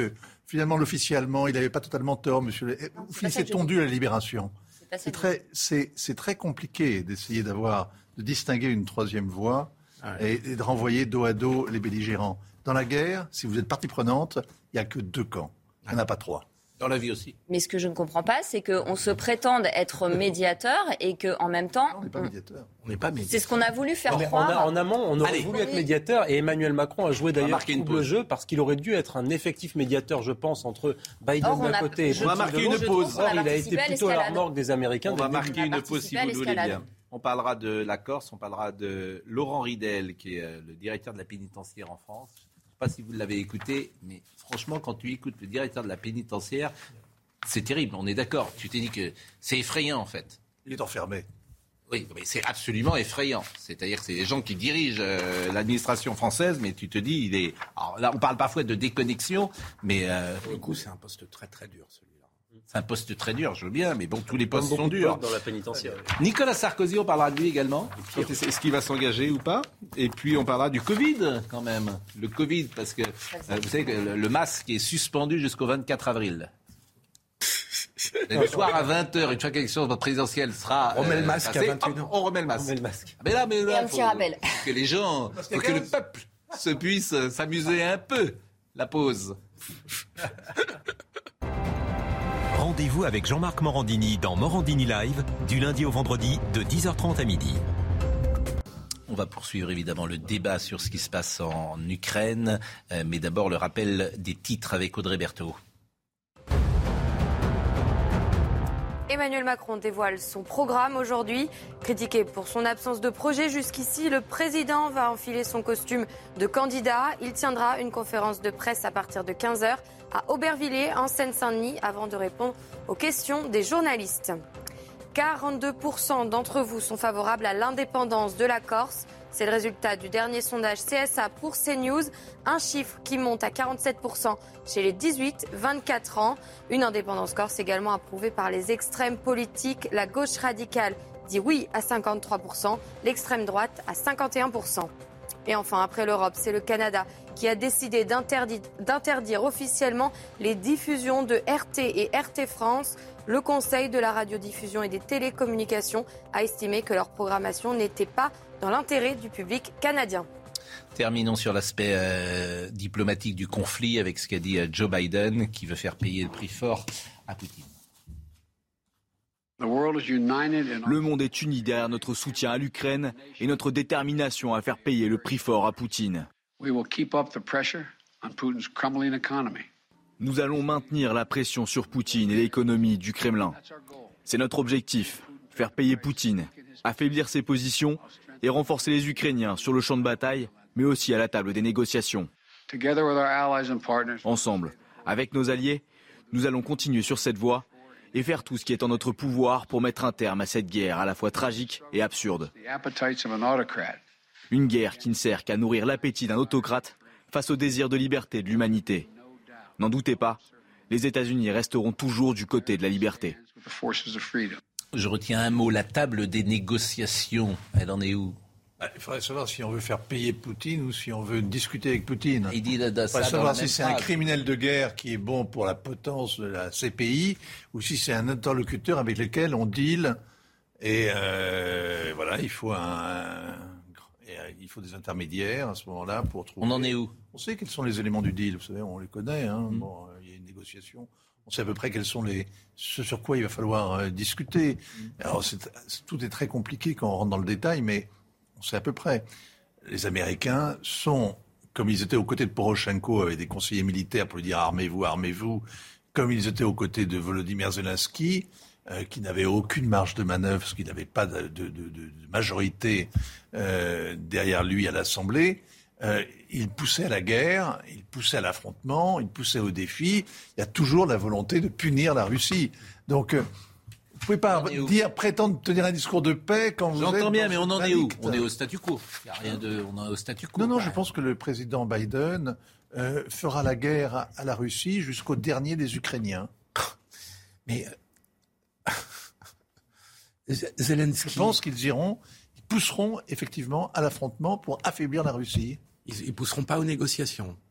finalement, l'officiellement, il n'avait pas totalement tort, monsieur. Vous finissez tondu à la Libération. C'est, c'est, très, c'est, c'est très compliqué d'essayer d'avoir, de distinguer une troisième voie ah ouais. et, et de renvoyer dos à dos les belligérants. Dans la guerre, si vous êtes partie prenante, il n'y a que deux camps. Il n'y en a pas trois. Dans la vie aussi. Mais ce que je ne comprends pas, c'est qu'on se prétende être médiateur et qu'en même temps... Non, on n'est pas médiateur. On n'est pas médiateur. C'est ce qu'on a voulu faire mais croire. En, a, en amont, on aurait Allez. voulu être médiateur et Emmanuel Macron a joué d'ailleurs le jeu parce qu'il aurait dû être un effectif médiateur, je pense, entre Biden Or, d'un a, côté et Poutine de l'autre. On va marquer une pause. Or, il a été plutôt à la remorque des Américains. On va marquer une pause si vous le voulez bien. On parlera de la Corse, on parlera de Laurent Ridel, qui est le directeur de la pénitentiaire en France. Je ne sais pas si vous l'avez écouté, mais franchement, quand tu écoutes le directeur de la pénitentiaire, c'est terrible, on est d'accord. Tu t'es dit que c'est effrayant, en fait. Il est enfermé. Oui, mais c'est absolument effrayant. C'est-à-dire que c'est les gens qui dirigent euh, l'administration française, mais tu te dis, il est... Alors là, on parle parfois de déconnexion, mais... Euh... Pour le coup, c'est un poste très très dur, celui-là. C'est un poste très dur, je veux bien, mais bon, tous les postes sont durs. Dans la pénitentiaire. Nicolas Sarkozy, on parlera de lui également. Est-ce qu'il va s'engager ou pas ? Et puis on parlera du Covid, quand même. Le Covid, parce que euh, vous savez que le, le masque est suspendu jusqu'au vingt-quatre avril. Le soir à vingt heures, une fois que l'élection présidentielle sera... On remet le masque passée, à vingt et une heures. On remet le masque. On remet le masque. Mais là, mais là, Et un petit rappel. Que les gens, faut que le peuple se puisse s'amuser un peu. La pause. Rendez-vous avec Jean-Marc Morandini dans Morandini Live, du lundi au vendredi, de dix heures trente à midi. On va poursuivre évidemment le débat sur ce qui se passe en Ukraine, euh, mais d'abord le rappel des titres avec Audrey Berthaud. Emmanuel Macron dévoile son programme aujourd'hui. Critiqué pour son absence de projet jusqu'ici, le président va enfiler son costume de candidat. Il tiendra une conférence de presse à partir de quinze heures à Aubervilliers, en Seine-Saint-Denis, avant de répondre aux questions des journalistes. quarante-deux pour cent d'entre vous sont favorables à l'indépendance de la Corse. C'est le résultat du dernier sondage C S A pour CNews, un chiffre qui monte à quarante-sept pour cent chez les dix-huit vingt-quatre ans. Une indépendance corse également approuvée par les extrêmes politiques. La gauche radicale dit oui à cinquante-trois pour cent, l'extrême droite à cinquante et un pour cent. Et enfin, après l'Europe, c'est le Canada qui a décidé d'interdire, d'interdire officiellement les diffusions de R T et R T France. Le Conseil de la radiodiffusion et des télécommunications a estimé que leur programmation n'était pas dans l'intérêt du public canadien. Terminons sur l'aspect euh, diplomatique du conflit avec ce qu'a dit euh, Joe Biden, qui veut faire payer le prix fort à Poutine. Le monde est uni derrière notre soutien à l'Ukraine et notre détermination à faire payer le prix fort à Poutine. Nous allons maintenir la pression sur Poutine et l'économie du Kremlin. C'est notre objectif, faire payer Poutine, affaiblir ses positions et renforcer les Ukrainiens sur le champ de bataille, mais aussi à la table des négociations. Ensemble, avec nos alliés, nous allons continuer sur cette voie et faire tout ce qui est en notre pouvoir pour mettre un terme à cette guerre à la fois tragique et absurde. Une guerre qui ne sert qu'à nourrir l'appétit d'un autocrate face au désir de liberté de l'humanité. N'en doutez pas, les États-Unis resteront toujours du côté de la liberté. Je retiens un mot, la table des négociations. Elle en est où ? Il faudrait savoir si on veut faire payer Poutine ou si on veut discuter avec Poutine. Il dit là, il faudrait savoir si c'est phrase. un criminel de guerre qui est bon pour la potence de la C P I ou si c'est un interlocuteur avec lequel on deal. Et euh, voilà, il faut un, il faut des intermédiaires à ce moment-là pour trouver. On en est où ? On sait quels sont les éléments du deal. Vous savez, on les connaît. Hein. Mmh. Bon, il y a une négociation. On sait à peu près quels sont les, ce sur quoi il va falloir euh, discuter. Mmh. Alors, c'est, c'est, tout est très compliqué quand on rentre dans le détail, mais on sait à peu près. Les Américains sont, comme ils étaient aux côtés de Poroshenko avec des conseillers militaires pour lui dire armez-vous, armez-vous, comme ils étaient aux côtés de Volodymyr Zelensky, euh, qui n'avait aucune marge de manœuvre, parce qu'il n'avait pas de, de, de, de majorité euh, derrière lui à l'Assemblée. Euh, il poussait à la guerre, il poussait à l'affrontement, il poussait au défi. Il y a toujours la volonté de punir la Russie. Donc, euh, vous ne pouvez pas dire, prétendre tenir un discours de paix quand vous J'entends êtes bien, mais on en est où ? On est au statu quo. Il n'y a rien de, on est au statu quo. Non, non, je pense que le président Biden euh, fera la guerre à, à la Russie jusqu'au dernier des Ukrainiens. Mais euh... Zelensky... Je pense qu'ils iront, ils pousseront effectivement à l'affrontement pour affaiblir la Russie. Ils ne pousseront pas aux négociations.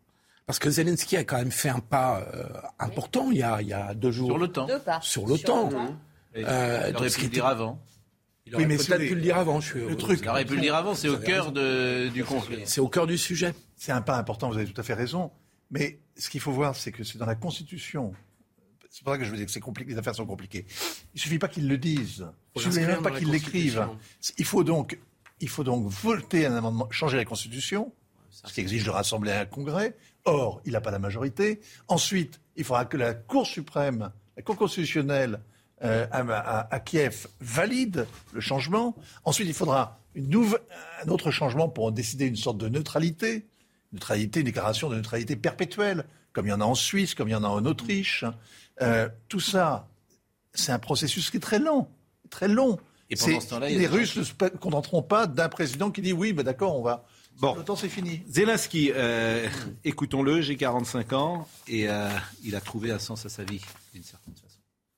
Parce que Zelensky a quand même fait un pas euh, important il y, a, il y a deux jours. Sur l'OTAN. Deux pas. Sur l'OTAN. Sur l'OTAN. Euh, il aurait pu le dire avant. Il aurait oui, mais peut-être les... pu le dire avant. Je suis... Le truc. Il aurait pu le dire avant, c'est au cœur de, du conflit. C'est au cœur du sujet. C'est un pas important, vous avez tout à fait raison. Mais ce qu'il faut voir, c'est que c'est dans la Constitution. C'est pour ça que je vous dis que c'est compliqué, les affaires sont compliquées. Il ne suffit pas qu'ils le disent. Il ne suffit même pas qu'ils l'écrivent. Il faut donc, il faut donc voter un amendement, changer la Constitution, ce qui exige de rassembler un congrès. Or, il n'a pas la majorité. Ensuite, il faudra que la Cour suprême, la Cour constitutionnelle euh, à, à, à Kiev valide le changement. Ensuite, il faudra une nouvelle, un autre changement pour en décider une sorte de neutralité. Neutralité, une déclaration de neutralité perpétuelle, comme il y en a en Suisse, comme il y en a en Autriche. Euh, tout ça, c'est un processus qui est très lent, très long. Et pendant ce temps-là, les Russes ne se contenteront pas d'un président qui dit oui, ben d'accord, on va. Bon, le temps c'est fini. Zelensky, euh, écoutons-le, j'ai quarante-cinq ans et euh, il a trouvé un sens à sa vie, d'une certaine façon.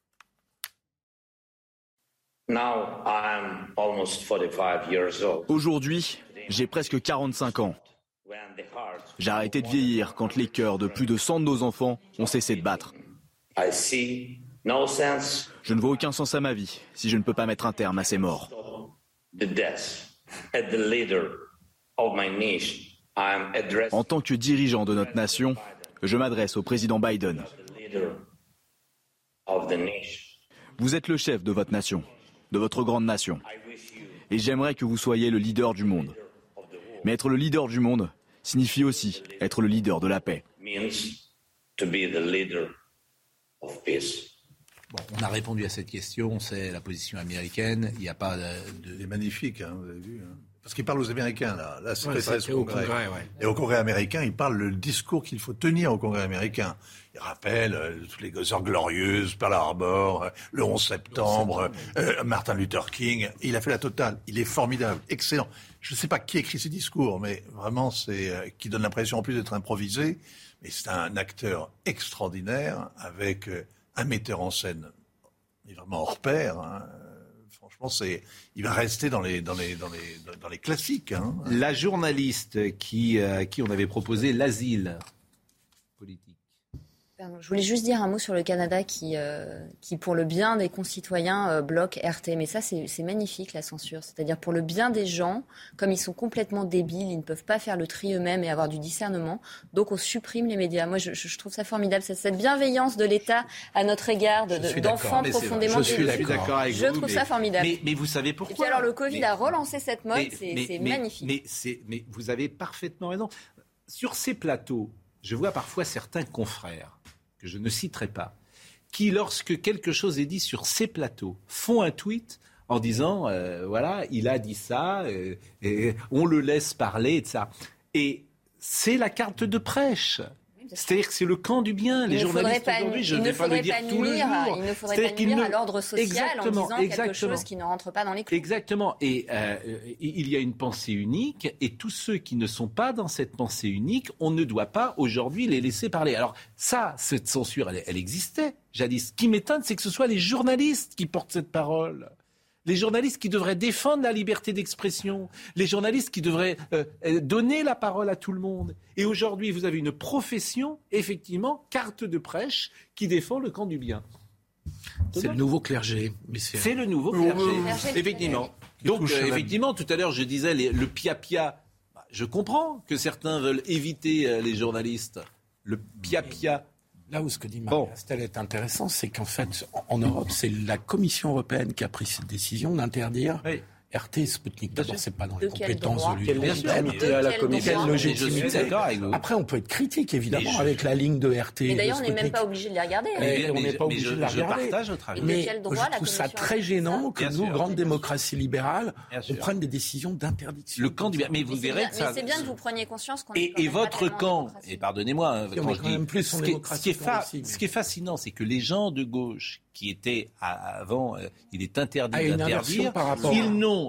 Now I'm almost forty-five years old. Aujourd'hui, j'ai presque quarante-cinq ans. J'ai arrêté de vieillir quand les cœurs de plus de cent de nos enfants ont cessé de battre. I see no sense. Je ne vois aucun sens à ma vie si je ne peux pas mettre un terme à ces morts. The death at the leader of my nation. I'm addressing En tant que dirigeant de notre nation, je m'adresse au président Biden. the leader of the nation. Vous êtes le chef de votre nation, de votre grande nation. Et j'aimerais que vous soyez le leader du monde. Mais être le leader du monde signifie aussi être le leader de la paix. Means to be the leader of peace. Bon, on a répondu à cette question, c'est la position américaine. Il n'y a pas de. Il est magnifique, hein, vous avez vu. Hein. Parce qu'il parle aux Américains, là. Là, c'est Ouais, très au Congrès. Congrès ouais. Et au Congrès américain, il parle le discours qu'il faut tenir au Congrès américain. Il rappelle euh, toutes les heures glorieuses, Pearl Harbor, euh, le onze septembre, euh, Martin Luther King. Il a fait la totale. Il est formidable, excellent. Je ne sais pas qui écrit ces discours, mais vraiment, c'est euh, qui donne l'impression en plus d'être improvisé. Mais c'est un acteur extraordinaire avec euh, un metteur en scène vraiment hors pair. Hein. Franchement, c'est, il va rester dans les, dans les, dans les, dans les classiques. Hein. La journaliste qui, euh, qui on avait proposé l'asile politique. Pardon, je voulais juste dire un mot sur le Canada qui, euh, qui pour le bien des concitoyens, euh, bloque R T. Mais ça, c'est, c'est magnifique, la censure. C'est-à-dire pour le bien des gens, comme ils sont complètement débiles, ils ne peuvent pas faire le tri eux-mêmes et avoir du discernement. Donc on supprime les médias. Moi, je, je trouve ça formidable. C'est cette bienveillance de l'État à notre égard, de, de, d'enfants profondément débiles. Je suis d'accord avec je vous. Je trouve mais, ça formidable. Mais, mais vous savez pourquoi? Et puis alors, le Covid mais, a relancé cette mode. mais, c'est, mais, c'est mais, magnifique. Mais, c'est, mais vous avez parfaitement raison. Sur ces plateaux, je vois parfois certains confrères, que je ne citerai pas, qui, lorsque quelque chose est dit sur ces plateaux, font un tweet en disant, euh, voilà, il a dit ça, euh, et on le laisse parler, et ça. Et c'est la carte de prêche. C'est-à-dire que c'est le camp du bien. Les journalistes aujourd'hui, je ne vais pas le dire tout le jour. Il ne faudrait pas nuire à l'ordre social exactement, en disant exactement. quelque chose qui ne rentre pas dans les clous. Exactement. Et euh, il y a une pensée unique, et tous ceux qui ne sont pas dans cette pensée unique, on ne doit pas aujourd'hui les laisser parler. Alors ça, cette censure, elle, elle existait jadis. Ce qui m'étonne, c'est que ce soit les journalistes qui portent cette parole. Les journalistes qui devraient défendre la liberté d'expression, les journalistes qui devraient euh, donner la parole à tout le monde. Et aujourd'hui, vous avez une profession, effectivement, carte de prêche, qui défend le camp du bien. C'est le nouveau clergé. C'est, c'est le nouveau clergé, clergé effectivement. Donc, euh, effectivement, tout à l'heure, je disais les, le pia-pia. Bah, je comprends que certains veulent éviter euh, les journalistes. Le pia-pia. Là où ce que dit Marie-Estelle est intéressant, c'est qu'en fait, en Europe, c'est la Commission européenne qui a pris cette décision d'interdire oui. R T et Sputnik. D'abord, c'est pas dans les compétences de l'Union européenne. Quelle légitimité. Après, on peut être critique, évidemment, je... avec la ligne de R T. Mais d'ailleurs, on n'est même pas obligé de les regarder. Mais, mais, on n'est pas obligé je, de les regarder. Je partage votre avis. Mais je trouve ça très gênant que nous, grandes démocraties libérales, on prenne des décisions d'interdiction. Le camp du bien. Mais vous verrez que ça. Mais c'est bien que vous preniez conscience qu'on. Et votre camp, et pardonnez-moi, quand je dis. Ce qui est fascinant, c'est que les gens de gauche qui étaient avant, il est interdit d'interdire, ils n'ont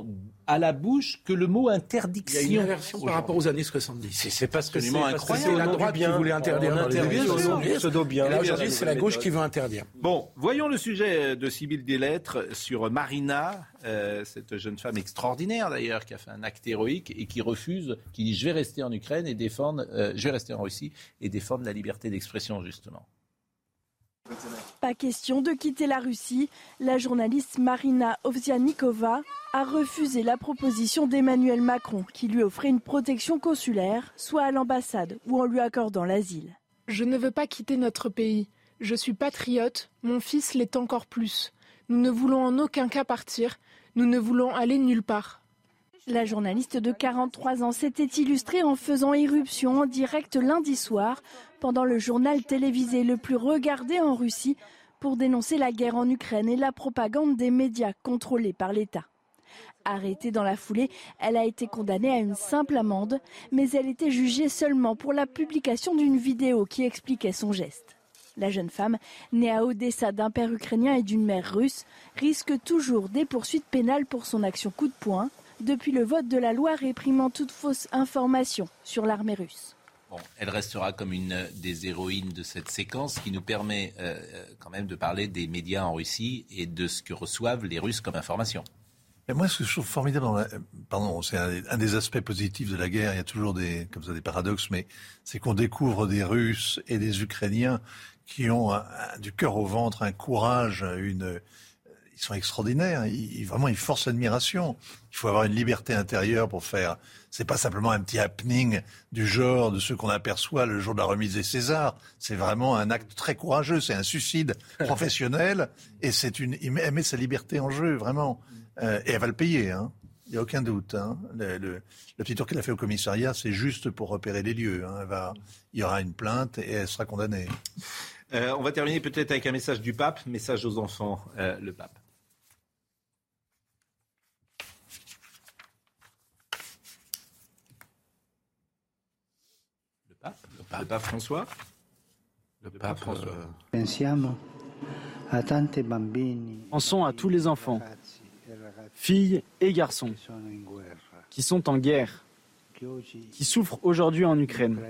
à la bouche que le mot interdiction. Il y a une inversion par rapport aux années soixante-dix. C'est, c'est parce que c'est, parce que c'est la droite qui voulait interdire dans les années soixante-dix. Et là, aujourd'hui, c'est la gauche qui veut interdire. Bon, voyons le sujet de Sybille Delettre sur Marina, euh, cette jeune femme extraordinaire d'ailleurs, qui a fait un acte héroïque et qui refuse, qui dit « je vais rester en Ukraine et défendre, euh, je vais rester en Russie et défendre la liberté d'expression justement ». Pas question de quitter la Russie. La journaliste Marina Ovsiannikova a refusé la proposition d'Emmanuel Macron qui lui offrait une protection consulaire, soit à l'ambassade ou en lui accordant l'asile. Je ne veux pas quitter notre pays. Je suis patriote, mon fils l'est encore plus. Nous ne voulons en aucun cas partir, nous ne voulons aller nulle part. La journaliste de quarante-trois ans s'était illustrée en faisant irruption en direct lundi soir pendant le journal télévisé le plus regardé en Russie pour dénoncer la guerre en Ukraine et la propagande des médias contrôlés par l'État. Arrêtée dans la foulée, elle a été condamnée à une simple amende, mais elle était jugée seulement pour la publication d'une vidéo qui expliquait son geste. La jeune femme, née à Odessa d'un père ukrainien et d'une mère russe, risque toujours des poursuites pénales pour son action coup de poing, depuis le vote de la loi réprimant toute fausse information sur l'armée russe. Bon, elle restera comme une des héroïnes de cette séquence qui nous permet euh, quand même de parler des médias en Russie et de ce que reçoivent les Russes comme information. Mais moi, ce que je trouve formidable, dans la... pardon, c'est un, un des aspects positifs de la guerre. Il y a toujours des, comme ça, des paradoxes, mais c'est qu'on découvre des Russes et des Ukrainiens qui ont un, un, du cœur au ventre, un courage, une... Ils sont extraordinaires. Ils, vraiment, ils forcent l'admiration. Il faut avoir une liberté intérieure pour faire. C'est pas simplement un petit happening du genre de ceux qu'on aperçoit le jour de la remise des Césars. C'est vraiment un acte très courageux. C'est un suicide professionnel et c'est une. Il met, elle met sa liberté en jeu, vraiment. Euh, et elle va le payer. Hein. Il n'y a aucun doute. Hein. Le, le, le petit tour qu'elle a fait au commissariat, c'est juste pour repérer les lieux. Hein. Elle va, il y aura une plainte et elle sera condamnée. Euh, on va terminer peut-être avec un message du pape, message aux enfants, euh, le pape. Le pape, le pape François. Le, le pape, pape François. Pensons à tous les enfants, filles et garçons, qui sont en guerre, qui souffrent aujourd'hui en Ukraine.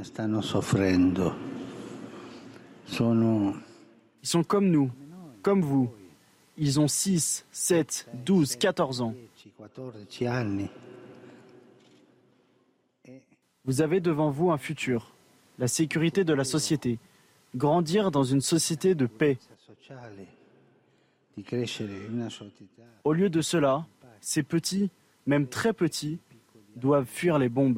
Ils sont comme nous, comme vous. Ils ont six, sept, douze, quatorze ans. Vous avez devant vous un futur, la sécurité de la société, grandir dans une société de paix. Au lieu de cela, ces petits, même très petits, doivent fuir les bombes.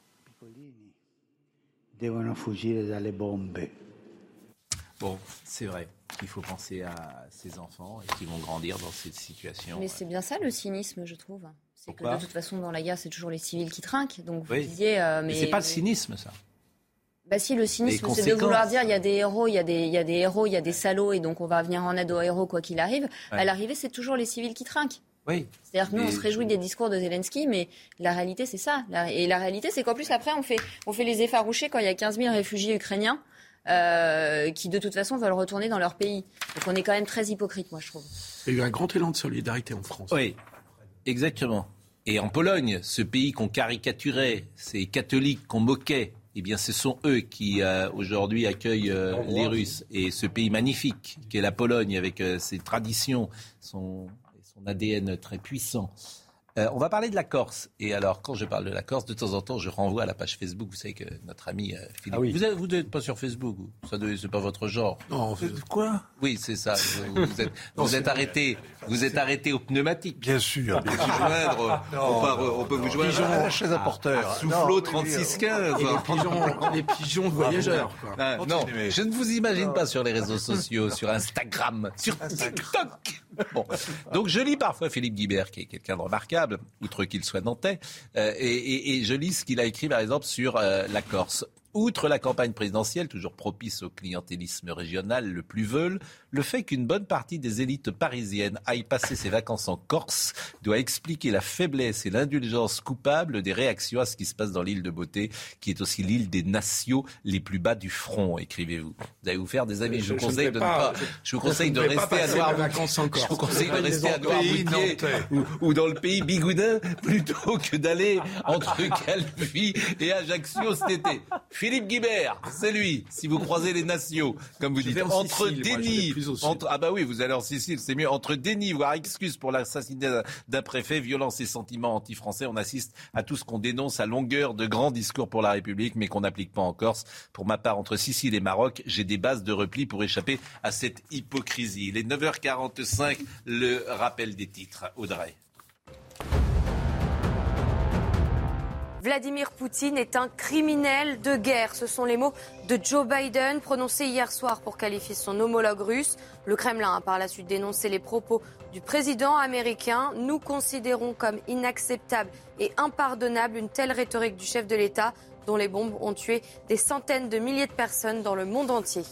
Bon, c'est vrai qu'il faut penser à ces enfants et qui vont grandir dans cette situation. Mais c'est bien ça le cynisme, je trouve. C'est Pourquoi ? Que de toute façon, dans la guerre, c'est toujours les civils qui trinquent. Donc vous oui. disiez, euh, mais, mais c'est pas le cynisme, ça. Bah si, le cynisme, c'est de vouloir dire il y a des héros, il y a des, il y a des héros, il y a des salauds, et donc on va venir en aide aux héros quoi qu'il arrive. Ouais. À l'arrivée, c'est toujours les civils qui trinquent. Oui. C'est-à-dire que nous, mais... on se réjouit des discours de Zelensky, mais la réalité, c'est ça. Et la réalité, c'est qu'en plus, après, on fait, on fait les effarouchés quand il y a quinze mille réfugiés ukrainiens euh, qui, de toute façon, veulent retourner dans leur pays. Donc on est quand même très hypocrite, moi, je trouve. Il y a eu un grand élan de solidarité en France. Oui, exactement. Et en Pologne, ce pays qu'on caricaturait, ces catholiques qu'on moquait, eh bien, ce sont eux qui, euh, aujourd'hui, accueillent euh, les Russes. Et ce pays magnifique qu'est la Pologne, avec euh, ses traditions, son, son A D N très puissant. Euh, on va parler de la Corse. Et alors, quand je parle de la Corse, de temps en temps, je renvoie à la page Facebook. Vous savez que notre ami euh, Philippe... Ah oui. Vous n'êtes pas sur Facebook, vous. Ça doit, c'est pas votre genre. Non, vous... quoi ? Oui, c'est ça. Vous, vous êtes, non, vous êtes arrêté. Vous êtes arrêté au pneumatique. Bien sûr. Bien sûr. Joindre, non, on, peut, on peut vous joindre pigeon, à, chez un porteur. À Soufflot trente-six quinze. Les pigeons, les pigeons voyageurs. Quoi. Ah, non, je ne vous imagine pas sur les réseaux sociaux, sur Instagram, sur TikTok. Bon. Donc je lis parfois Philippe Guibert, qui est quelqu'un de remarquable, outre qu'il soit nantais, euh, et, et, et je lis ce qu'il a écrit par exemple sur euh, la Corse. Outre la campagne présidentielle, toujours propice au clientélisme régional le plus veule, le fait qu'une bonne partie des élites parisiennes aillent passer ses vacances en Corse doit expliquer la faiblesse et l'indulgence coupable des réactions à ce qui se passe dans l'île de Beauté, qui est aussi l'île des nations les plus bas du front, écrivez-vous. Vous allez vous faire des amis. Je, je vous conseille de pas, ne pas. Je vous conseille de rester à Noirmoutier. Je vous conseille de rester à Noirmoutier ou, ou dans le pays bigoudin plutôt que d'aller entre Calvi et Ajaccio cet été. Philippe Guibert, c'est lui. Si vous croisez les nations, comme vous je dites, entre Sicile, déni, moi, entre, ah bah oui, vous allez en Sicile, c'est mieux. Entre déni, voire excuse pour l'assassinat d'un préfet, violence et sentiments anti-français, on assiste à tout ce qu'on dénonce à longueur de grands discours pour la République, mais qu'on n'applique pas en Corse. Pour ma part, entre Sicile et Maroc, j'ai des bases de repli pour échapper à cette hypocrisie. Il est neuf heures quarante-cinq, le rappel des titres. Audrey. Vladimir Poutine est un criminel de guerre. Ce sont les mots de Joe Biden prononcés hier soir pour qualifier son homologue russe. Le Kremlin a par la suite dénoncé les propos du président américain. Nous considérons comme inacceptable et impardonnable une telle rhétorique du chef de l'État dont les bombes ont tué des centaines de milliers de personnes dans le monde entier.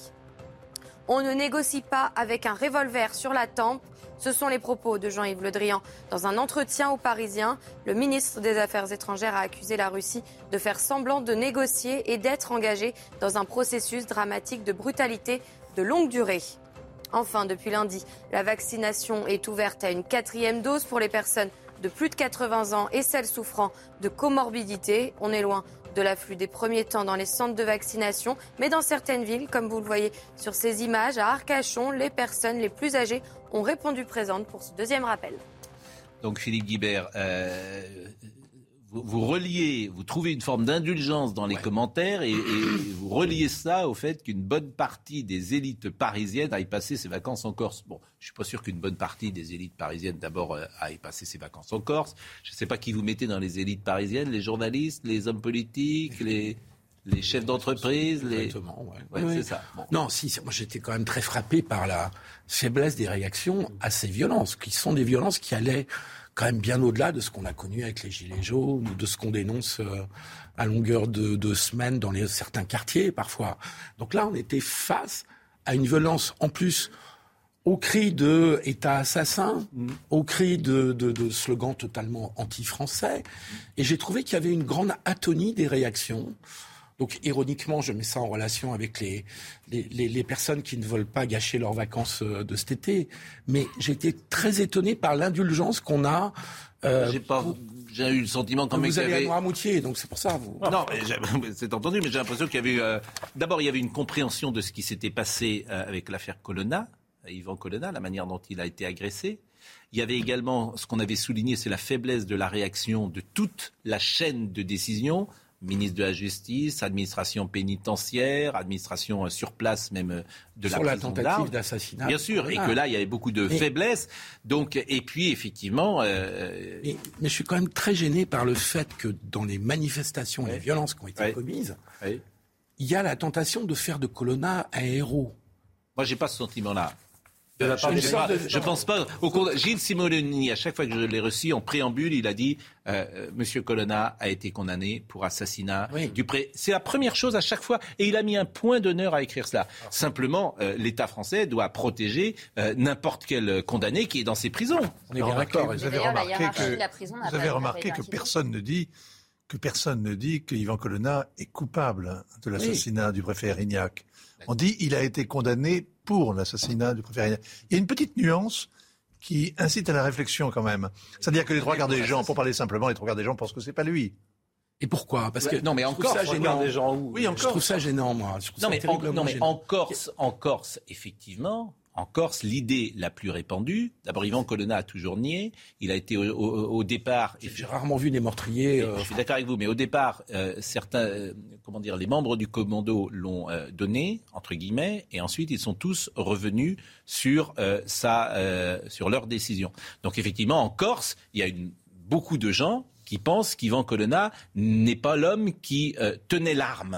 On ne négocie pas avec un revolver sur la tempe. Ce sont les propos de Jean-Yves Le Drian dans un entretien aux Parisiens. Le ministre des Affaires étrangères a accusé la Russie de faire semblant de négocier et d'être engagé dans un processus dramatique de brutalité de longue durée. Enfin, depuis lundi, la vaccination est ouverte à une quatrième dose pour les personnes de plus de quatre-vingts ans et celles souffrant de comorbidités. On est loin de l'afflux des premiers temps dans les centres de vaccination, mais dans certaines villes, comme vous le voyez sur ces images, à Arcachon, les personnes les plus âgées ont répondu présentes pour ce deuxième rappel. Donc Philippe Guibert, euh, vous, vous reliez, vous trouvez une forme d'indulgence dans les ouais. commentaires et, et vous reliez ça au fait qu'une bonne partie des élites parisiennes aillent passer ses vacances en Corse. Bon, je ne suis pas sûr qu'une bonne partie des élites parisiennes d'abord euh, aillent passer ses vacances en Corse. Je ne sais pas qui vous mettez dans les élites parisiennes, les journalistes, les hommes politiques, les... Les chefs d'entreprise, les... Exactement, ouais. Ouais, oui. c'est ça. Bon. Non, si, moi j'étais quand même très frappé par la faiblesse des réactions à ces violences, qui sont des violences qui allaient quand même bien au-delà de ce qu'on a connu avec les Gilets jaunes ou de ce qu'on dénonce euh, à longueur de, de semaines dans les, certains quartiers parfois. Donc là, on était face à une violence en plus au cri de État assassin, mmh. au cri de, de, de slogans totalement anti-français. Et j'ai trouvé qu'il y avait une grande atonie des réactions. Donc, ironiquement, je mets ça en relation avec les, les, les, les personnes qui ne veulent pas gâcher leurs vacances de cet été. Mais j'ai été très étonné par l'indulgence qu'on a. Euh, j'ai pas, pour... j'ai eu le sentiment quand même qu'il y avait... Vous allez avait... à Noirmoutier, donc c'est pour ça. Vous... Non, mais c'est entendu, mais j'ai l'impression qu'il y avait... Euh... D'abord, il y avait une compréhension de ce qui s'était passé euh, avec l'affaire Colonna, Yvan Colonna, la manière dont il a été agressé. Il y avait également, ce qu'on avait souligné, c'est la faiblesse de la réaction de toute la chaîne de décision. Ministre de la Justice, administration pénitentiaire, administration sur place même de la sur la prison tentative d'assassinat. Bien sûr, et que là, il y avait beaucoup de mais, faiblesses. Donc, et puis, effectivement... Euh... Mais, mais je suis quand même très gêné par le fait que dans les manifestations et les violences qui ont été ouais. commises, ouais. il y a la tentation de faire de Colonna un héros. Moi, j'ai pas ce sentiment-là. Euh, je, je, pas, de... je pense pas. Au cours de... Gilles Simononi, à chaque fois que je l'ai reçu en préambule, il a dit euh, Monsieur Colonna a été condamné pour assassinat oui. du pré. C'est la première chose à chaque fois, et il a mis un point d'honneur à écrire cela. Ah. Simplement, euh, l'État français doit protéger euh, n'importe quel condamné qui est dans ses prisons. On est bien d'accord. Vous avez remarqué que, vous avez remarqué que personne ne dit que personne ne dit que Yvan Colonna est coupable de l'assassinat oui. du préfet Erignac. On dit qu'il a été condamné pour l'assassinat du préfet Erignac. Il y a une petite nuance qui incite à la réflexion quand même. C'est-à-dire que les trois quarts des gens, pour parler simplement, les trois quarts des gens pensent que c'est pas lui. Et pourquoi ? Parce que non, mais encore, ça gênant. Des gens où... Oui, encore. Je trouve ça gênant, moi. Non, mais, en, non, mais en Corse, en Corse, effectivement. En Corse, l'idée la plus répandue, d'abord Yvan Colonna a toujours nié, il a été au, au, au départ... J'ai rarement vu des meurtriers... Euh... Je suis d'accord avec vous, mais au départ, euh, certains, euh, comment dire, les membres du commando l'ont euh, donné, entre guillemets, et ensuite ils sont tous revenus sur, euh, sa, euh, sur leur décision. Donc effectivement, en Corse, il y a une, beaucoup de gens qui pensent qu'Yvan Colonna n'est pas l'homme qui euh, tenait l'arme.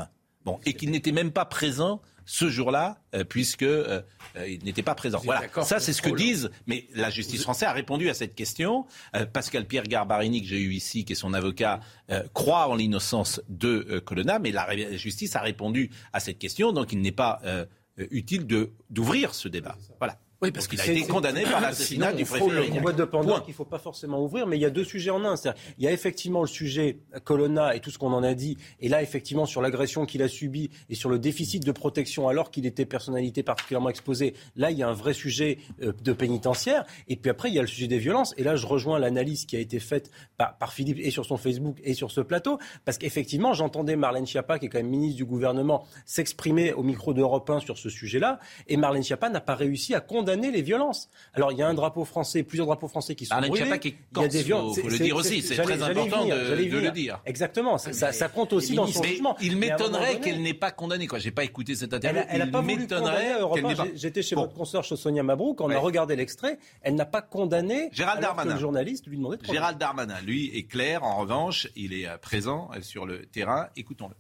Bon, et qu'il n'était même pas présent ce jour-là, euh, puisque euh, euh, il n'était pas présent. Voilà, ça c'est ce que disent, mais la justice française a répondu à cette question. Euh, Pascal Pierre Garbarini, que j'ai eu ici, qui est son avocat, euh, croit en l'innocence de euh, Colonna, mais la, la justice a répondu à cette question, donc il n'est pas euh, utile de, d'ouvrir ce débat. Voilà. Oui, parce qu'il a été condamné par l'assassinat du préfet. C'est une boîte de Pandore qu'il ne faut pas forcément ouvrir, mais il y a deux sujets en un. C'est-à-dire, il y a effectivement le sujet Colonna et tout ce qu'on en a dit, et là, effectivement, sur l'agression qu'il a subie et sur le déficit de protection alors qu'il était personnalité particulièrement exposée, là, il y a un vrai sujet de pénitentiaire. Et puis après, il y a le sujet des violences. Et là, je rejoins l'analyse qui a été faite par, par Philippe et sur son Facebook et sur ce plateau, parce qu'effectivement, j'entendais Marlène Schiappa, qui est quand même ministre du gouvernement, s'exprimer au micro d'Europe un sur ce sujet-là, et Marlène Schiappa n'a pas réussi à condamner les violences. Alors il y a un drapeau français, plusieurs drapeaux français qui sont Marlène brûlés. Qui est corse, il y a des violences. Il faut le dire aussi, c'est très important venir, de, de le dire. Exactement, ça, ça, ça compte aussi dans son jugement. Il m'étonnerait qu'elle n'ait pas condamné. Quoi. J'ai pas écouté cette interview. Elle, elle a il pas voulu condamner Europe un. Pas... J'étais chez bon. votre consoeur Sonia Mabrouk, on ouais. a regardé l'extrait. Elle n'a pas condamné. Gérald Darmanin. Le journaliste lui demandait de condamner. Gérald Darmanin, lui, est clair. En revanche, il est présent sur le terrain. Écoutons-le.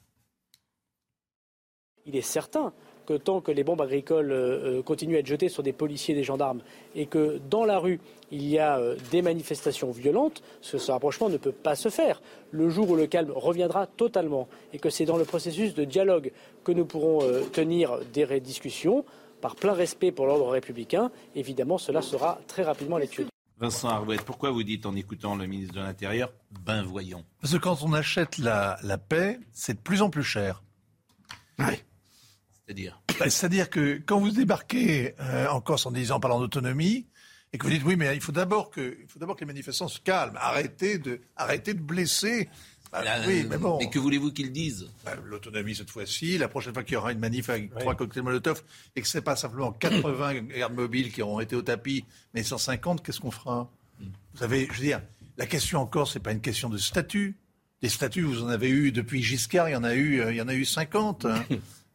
Il est certain que tant que les bombes agricoles euh, continuent à être jetées sur des policiers et des gendarmes et que dans la rue, il y a euh, des manifestations violentes, ce, ce rapprochement ne peut pas se faire. Le jour où le calme reviendra totalement et que c'est dans le processus de dialogue que nous pourrons euh, tenir des discussions, par plein respect pour l'ordre républicain, évidemment, cela sera très rapidement à l'étude. Vincent Arouette, pourquoi vous dites en écoutant le ministre de l'Intérieur, ben voyons. Parce que quand on achète la, la paix, c'est de plus en plus cher. Oui. C'est-à-dire ben, C'est-à-dire que quand vous débarquez euh, en Corse en disant, en parlant d'autonomie, et que vous dites oui, mais il faut d'abord que, il faut d'abord que les manifestants se calment, arrêtez de, arrêtez de blesser. Ben, Là, oui, mais bon. Mais que voulez-vous qu'ils disent ben, l'autonomie cette fois-ci, la prochaine fois qu'il y aura une manif avec oui. trois cocktails Molotov, et que c'est pas simplement quatre-vingts gardes mobiles qui auront été au tapis, mais cent cinquante, qu'est-ce qu'on fera mm. Vous savez, je veux dire, la question en Corse, c'est pas une question de statut. Des statuts, vous en avez eu depuis Giscard, il y en a eu, il y en a eu cinquante. Hein.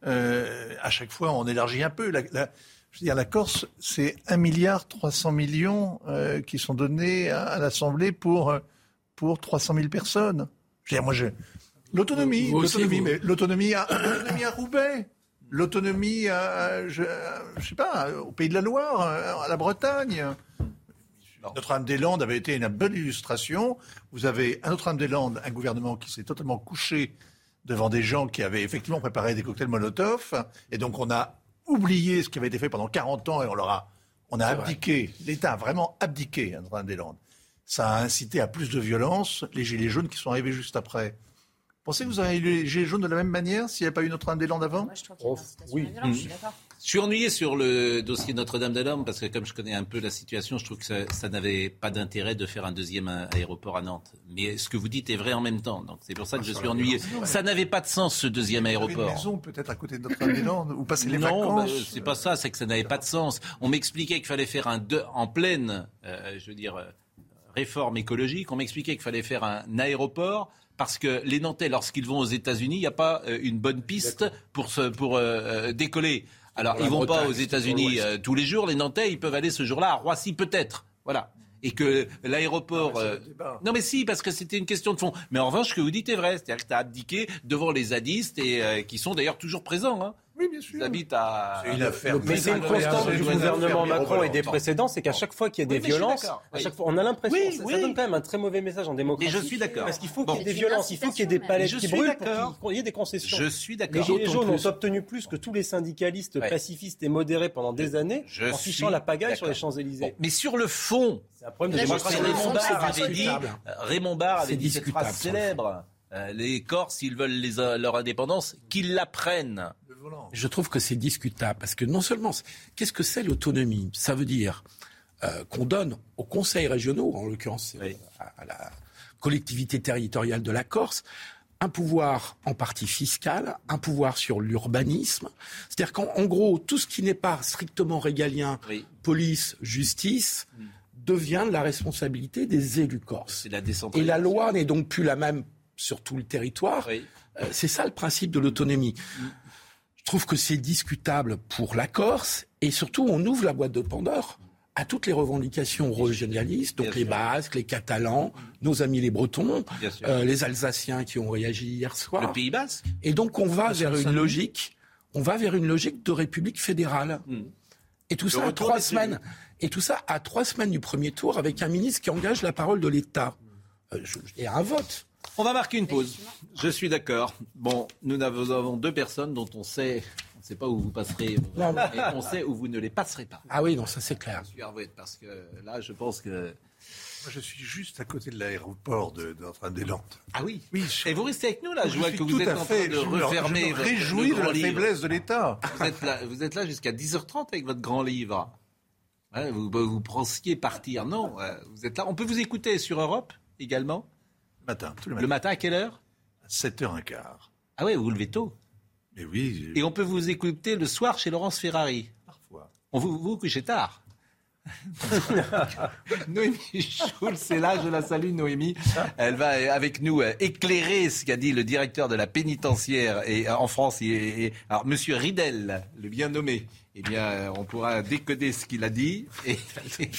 Euh, à chaque fois, on élargit un peu. La, la, je veux dire, la Corse, c'est un milliard trois cents millions euh, qui sont donnés à, à l'Assemblée pour pour trois cent mille personnes. Je veux dire, moi, je l'autonomie, vous, vous l'autonomie, mais l'autonomie à, l'autonomie à Roubaix, l'autonomie à, je, je sais pas, au Pays de la Loire, à la Bretagne. Notre-Dame-des-Landes avait été une bonne illustration. Vous avez à Notre-Dame-des-Landes un gouvernement qui s'est totalement couché devant des gens qui avaient effectivement préparé des cocktails Molotov. Et donc, on a oublié ce qui avait été fait pendant quarante ans et on leur a, on a abdiqué. L'État a vraiment abdiqué à Notre-Dame-des-Landes. Ça a incité à plus de violence. Les gilets jaunes qui sont arrivés juste après. Pensez que vous auriez eu les gilets jaunes de la même manière s'il n'y avait pas eu Notre-Dame-des-Landes avant ? Moi, je trouve qu'il y a une incitation Oui. à la violence, je suis d'accord. Je suis ennuyé sur le dossier Notre-Dame-des-Landes parce que comme je connais un peu la situation, je trouve que ça, ça n'avait pas d'intérêt de faire un deuxième aéroport à Nantes. Mais ce que vous dites est vrai en même temps. Donc c'est pour ça que je suis ennuyé. Ça n'avait pas de sens ce deuxième aéroport. Une maison peut-être à côté de Notre-Dame-des-Landes où passer les non, vacances. Non, bah, c'est pas ça. C'est que ça n'avait pas de sens. On m'expliquait qu'il fallait faire un deux en pleine, euh, je veux dire, euh, réforme écologique. On m'expliquait qu'il fallait faire un aéroport. Parce que les Nantais, lorsqu'ils vont aux États-Unis, il n'y a pas euh, une bonne piste pour, se, pour euh, décoller. Alors, ils ne vont pas aux États-Unis euh, tous les jours. Les Nantais, ils peuvent aller ce jour-là à Roissy, peut-être. Voilà. Et que l'aéroport... Non, mais, euh... non, mais si, parce que c'était une question de fond. Mais en revanche, ce que vous dites est vrai. C'est-à-dire que tu as abdiqué devant les zadistes, et, euh, qui sont d'ailleurs toujours présents. Hein. Oui, bien sûr. Ils habitent à... C'est une affaire. Mais c'est une constante du gouvernement Macron et des précédents, c'est qu'à chaque fois qu'il y a des oui, violences, à chaque fois, on a l'impression, oui, ça, oui. ça donne quand même un très mauvais message en démocratie. Et je suis d'accord. Parce qu'il faut bon. qu'il y ait des violences, il faut qu'il y ait des palettes qui brûlent pour qu'il y ait des concessions. Je suis d'accord. Les Gilets jaunes ont obtenu plus que tous les syndicalistes ouais. pacifistes et modérés pendant des années je en fichant la pagaille sur les Champs-Élysées. Bon, mais sur le fond, c'est un problème de démocratie. Raymond Barre avait dit, Raymond Barre avait dit cette phrase célèbre. Euh, les Corses, s'ils veulent les, euh, leur indépendance, qu'ils la prennent. Je trouve que c'est discutable, parce que non seulement, qu'est-ce que c'est l'autonomie ? Ça veut dire euh, qu'on donne aux conseils régionaux, en l'occurrence oui. à, à la collectivité territoriale de la Corse, un pouvoir en partie fiscal, un pouvoir sur l'urbanisme. C'est-à-dire qu'en en gros, tout ce qui n'est pas strictement régalien, oui. police, justice, mm. devient de la responsabilité des élus corses. C'est la Et la loi n'est donc plus la même sur tout le territoire. Oui. Euh, c'est ça le principe de l'autonomie. Mm. Je trouve que c'est discutable pour la Corse et surtout on ouvre la boîte de Pandore à toutes les revendications régionalistes, donc les Basques, les Catalans, nos amis les Bretons, euh, les Alsaciens qui ont réagi hier soir. Le Pays Basque. Et donc on va vers une logique, on va vers une logique de république fédérale. Mmh. Et tout ça à trois semaines. Et tout ça à trois semaines du premier tour avec un ministre qui engage la parole de l'État. Euh, je, et un vote. On va marquer une pause. Je suis d'accord. Bon, nous avons deux personnes dont on sait, on ne sait pas où vous passerez, non, non. Et on sait où vous ne les passerez pas. Ah oui, non, ça c'est clair. Je suis Hervé, parce que là, je pense que... Moi, je suis juste à côté de l'aéroport de, de, des Landes. Ah oui, oui je... Et vous restez avec nous, là. Je, je vois que vous êtes en fait, train de refermer votre réjouis de la livre. faiblesse de l'État. Vous êtes là, vous êtes là jusqu'à dix heures trente avec votre grand livre. Ouais, vous, vous pensiez partir. Non, vous êtes là. On peut vous écouter sur Europe également. Matin, tous les matins. Le matin à quelle heure? À sept heures quinze. Ah oui, vous vous levez tôt. Mais oui. Et on peut vous écouter le soir chez Laurence Ferrari. Parfois. On vous, vous vous couchez tard. Noémie Schulz, c'est là, je la salue, Noémie. Elle va avec nous éclairer ce qu'a dit le directeur de la pénitentiaire et, en France. Et, et, alors, Monsieur Ridel, le bien nommé, eh bien, on pourra décoder ce qu'il a dit. Et, et,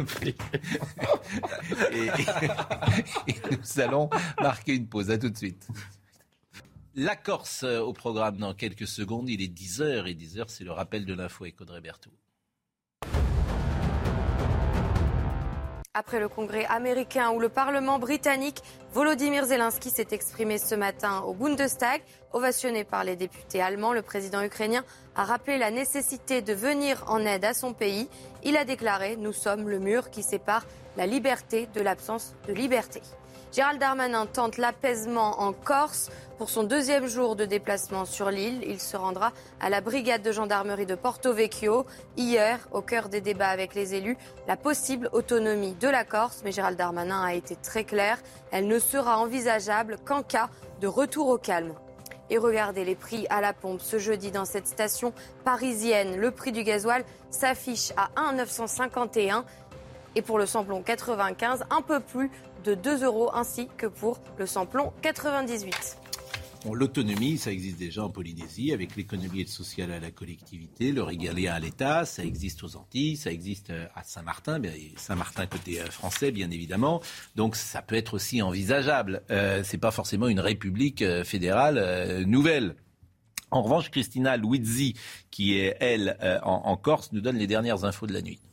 et, et nous allons marquer une pause. À tout de suite. La Corse au programme dans quelques secondes. Il est dix heures et dix heures, c'est le rappel de l'info avec Audrey Berthaud. Après le Congrès américain ou le Parlement britannique, Volodymyr Zelensky s'est exprimé ce matin au Bundestag. Ovationné par les députés allemands, le président ukrainien a rappelé la nécessité de venir en aide à son pays. Il a déclaré « Nous sommes le mur qui sépare la liberté de l'absence de liberté ». Gérald Darmanin tente l'apaisement en Corse. Pour son deuxième jour de déplacement sur l'île, il se rendra à la brigade de gendarmerie de Porto Vecchio. Hier, au cœur des débats avec les élus, la possible autonomie de la Corse. Mais Gérald Darmanin a été très clair, elle ne sera envisageable qu'en cas de retour au calme. Et regardez les prix à la pompe ce jeudi dans cette station parisienne. Le prix du gasoil s'affiche à un virgule neuf cent cinquante et un et pour le samplon quatre-vingt-quinze, un peu plus de deux euros, ainsi que pour le samplon quatre-vingt-dix-huit. Bon, l'autonomie, ça existe déjà en Polynésie, avec l'économie sociale à la collectivité, le régalien à l'État, ça existe aux Antilles, ça existe à Saint-Martin, bien, Saint-Martin côté français, bien évidemment. Donc ça peut être aussi envisageable. Euh, c'est pas forcément une république fédérale euh, nouvelle. En revanche, Christina Luizzi, qui est, elle, euh, en, en Corse, nous donne les dernières infos de la nuit.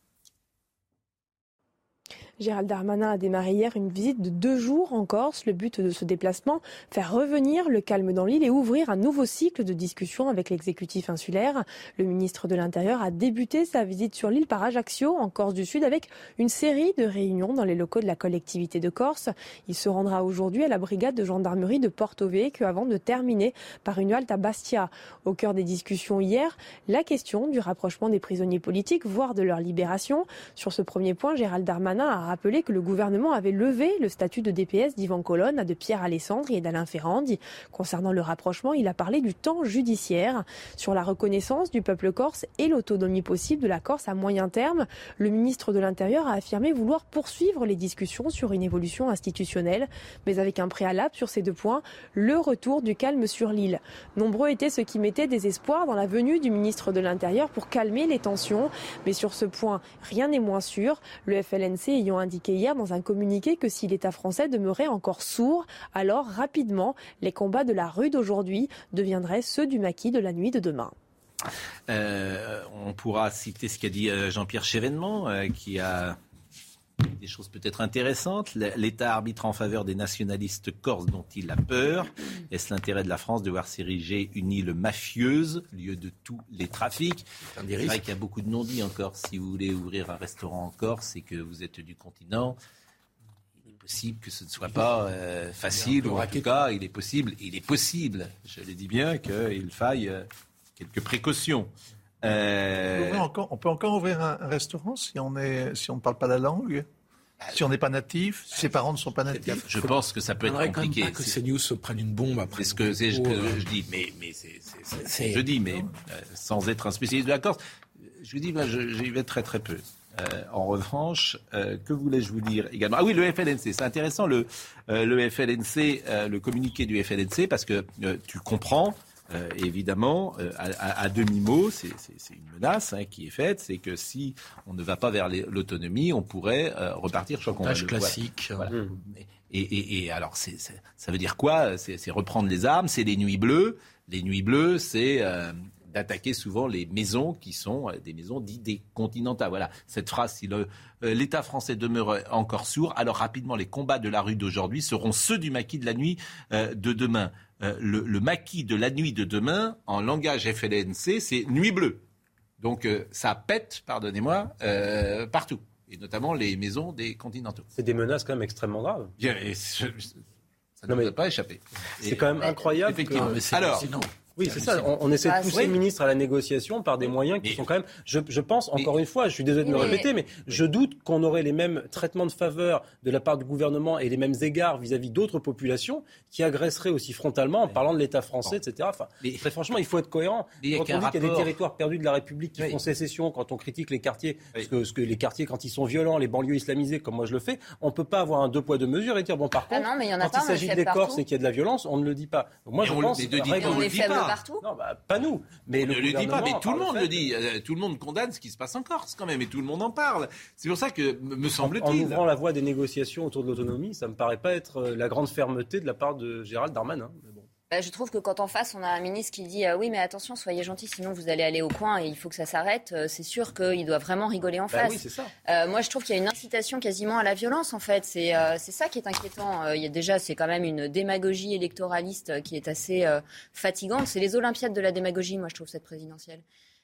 Gérald Darmanin a démarré hier une visite de deux jours en Corse. Le but de ce déplacement, faire revenir le calme dans l'île et ouvrir un nouveau cycle de discussion avec l'exécutif insulaire. Le ministre de l'Intérieur a débuté sa visite sur l'île par Ajaccio, en Corse du Sud, avec une série de réunions dans les locaux de la collectivité de Corse. Il se rendra aujourd'hui à la brigade de gendarmerie de Porto Vecchio avant de terminer par une halte à Bastia. Au cœur des discussions hier, la question du rapprochement des prisonniers politiques, voire de leur libération. Sur ce premier point, Gérald Darmanin a rappelé que le gouvernement avait levé le statut de D P S d'Yvan Colonne, de Pierre Alessandri et d'Alain Ferrandi. Concernant le rapprochement, il a parlé du temps judiciaire. Sur la reconnaissance du peuple corse et l'autonomie possible de la Corse à moyen terme, le ministre de l'Intérieur a affirmé vouloir poursuivre les discussions sur une évolution institutionnelle, mais avec un préalable sur ces deux points, le retour du calme sur l'île. Nombreux étaient ceux qui mettaient des espoirs dans la venue du ministre de l'Intérieur pour calmer les tensions, mais sur ce point, rien n'est moins sûr. Le F L N C ayant indiqué hier dans un communiqué que si l'État français demeurait encore sourd, alors rapidement, les combats de la rue d'aujourd'hui deviendraient ceux du maquis de la nuit de demain. Euh, on pourra citer ce qu'a dit Jean-Pierre Chevènement, euh, qui a des choses peut-être intéressantes. L'État arbitre en faveur des nationalistes corses dont il a peur. Est-ce l'intérêt de la France de voir s'ériger une île mafieuse, lieu de tous les trafics? C'est vrai qu'il y a beaucoup de non-dits en Corse. Si vous voulez ouvrir un restaurant en Corse et que vous êtes du continent, il est possible que ce ne soit pas euh, facile, ou en tout cas, il est possible, il est possible, je le dis bien, qu'il faille euh, quelques précautions. Euh... On, encore, on peut encore ouvrir un, un restaurant si on est, si on ne parle pas la langue, si on n'est pas natif, si ses parents ne sont pas natifs. Je pense que ça peut être compliqué. Pas que CNews se prenne une bombe après. C'est ce que, c'est ce que je dis, mais, mais c'est, c'est, c'est, c'est je dis, mais euh, sans être un spécialiste de la Corse, je vous dis, ben, je, j'y vais très très peu. Euh, en revanche, euh, que voulais-je vous dire également? Ah oui, le F L N C, c'est intéressant le, euh, le F L N C, euh, le communiqué du F L N C, parce que euh, tu comprends euh, évidemment, euh, à, à, à demi-mot, c'est, c'est, c'est une menace hein, qui est faite, c'est que si on ne va pas vers les, l'autonomie, on pourrait euh, repartir. Je crois qu'on va le, classique. Voilà. Voilà. Mmh. Et, et, et alors, c'est, c'est, ça veut dire quoi ? c'est, c'est reprendre les armes, c'est les nuits bleues. Les nuits bleues, c'est euh, d'attaquer souvent les maisons qui sont des maisons dites des continentales. Voilà, cette phrase, si le, euh, l'État français demeure encore sourd, alors rapidement, les combats de la rue d'aujourd'hui seront ceux du maquis de la nuit euh, de demain. Euh, le, le maquis de la nuit de demain, en langage F L N C, c'est nuit bleue. Donc euh, ça pète, pardonnez-moi, euh, partout. Et notamment les maisons des continentaux. C'est des menaces quand même extrêmement graves. Bien, et ça ne nous a pas échappé. C'est et, quand même incroyable. Effectivement. Que... C'est alors, oui, c'est ça. On, on essaie de pousser oui. le ministre à la négociation par des moyens qui mais, sont quand même. Je, je pense, encore mais, une fois, je suis désolé de me mais, répéter, mais oui. je doute qu'on aurait les mêmes traitements de faveur de la part du gouvernement et les mêmes égards vis-à-vis d'autres populations qui agresseraient aussi frontalement en mais, parlant de l'État français, bon. et cetera. Enfin, mais, très franchement, il faut être cohérent. Quand on dit rapport... qu'il y a des territoires perdus de la République qui oui. font sécession, quand on critique les quartiers, oui. parce, que, parce que les quartiers, quand ils sont violents, les banlieues islamisées, comme moi je le fais, on peut pas avoir un deux poids deux mesures et dire bon, par contre, quand il s'agit des Corses et qu'il y a de la violence, on ne le dit pas. Moi, je pense. On est faible partout. Pas nous, mais on le, ne le dit pas, mais tout le monde le, le dit. Euh, tout le monde condamne ce qui se passe en Corse quand même, et tout le monde en parle. C'est pour ça que, me semble-t-il... En, en ouvrant la voie des négociations autour de l'autonomie, ça me paraît pas être la grande fermeté de la part de Gérald Darmanin. Mais bon. Bah, je trouve que quand en face, on a un ministre qui dit euh, oui, mais attention, soyez gentils, sinon vous allez aller au coin et il faut que ça s'arrête, euh, c'est sûr qu'il doit vraiment rigoler en bah face. Oui, c'est ça. Euh, moi, je trouve qu'il y a une incitation quasiment à la violence, en fait. C'est, euh, c'est ça qui est inquiétant. Euh, il y a déjà, c'est quand même une démagogie électoraliste qui est assez euh, fatigante. C'est les Olympiades de la démagogie, moi, je trouve, cette présidentielle.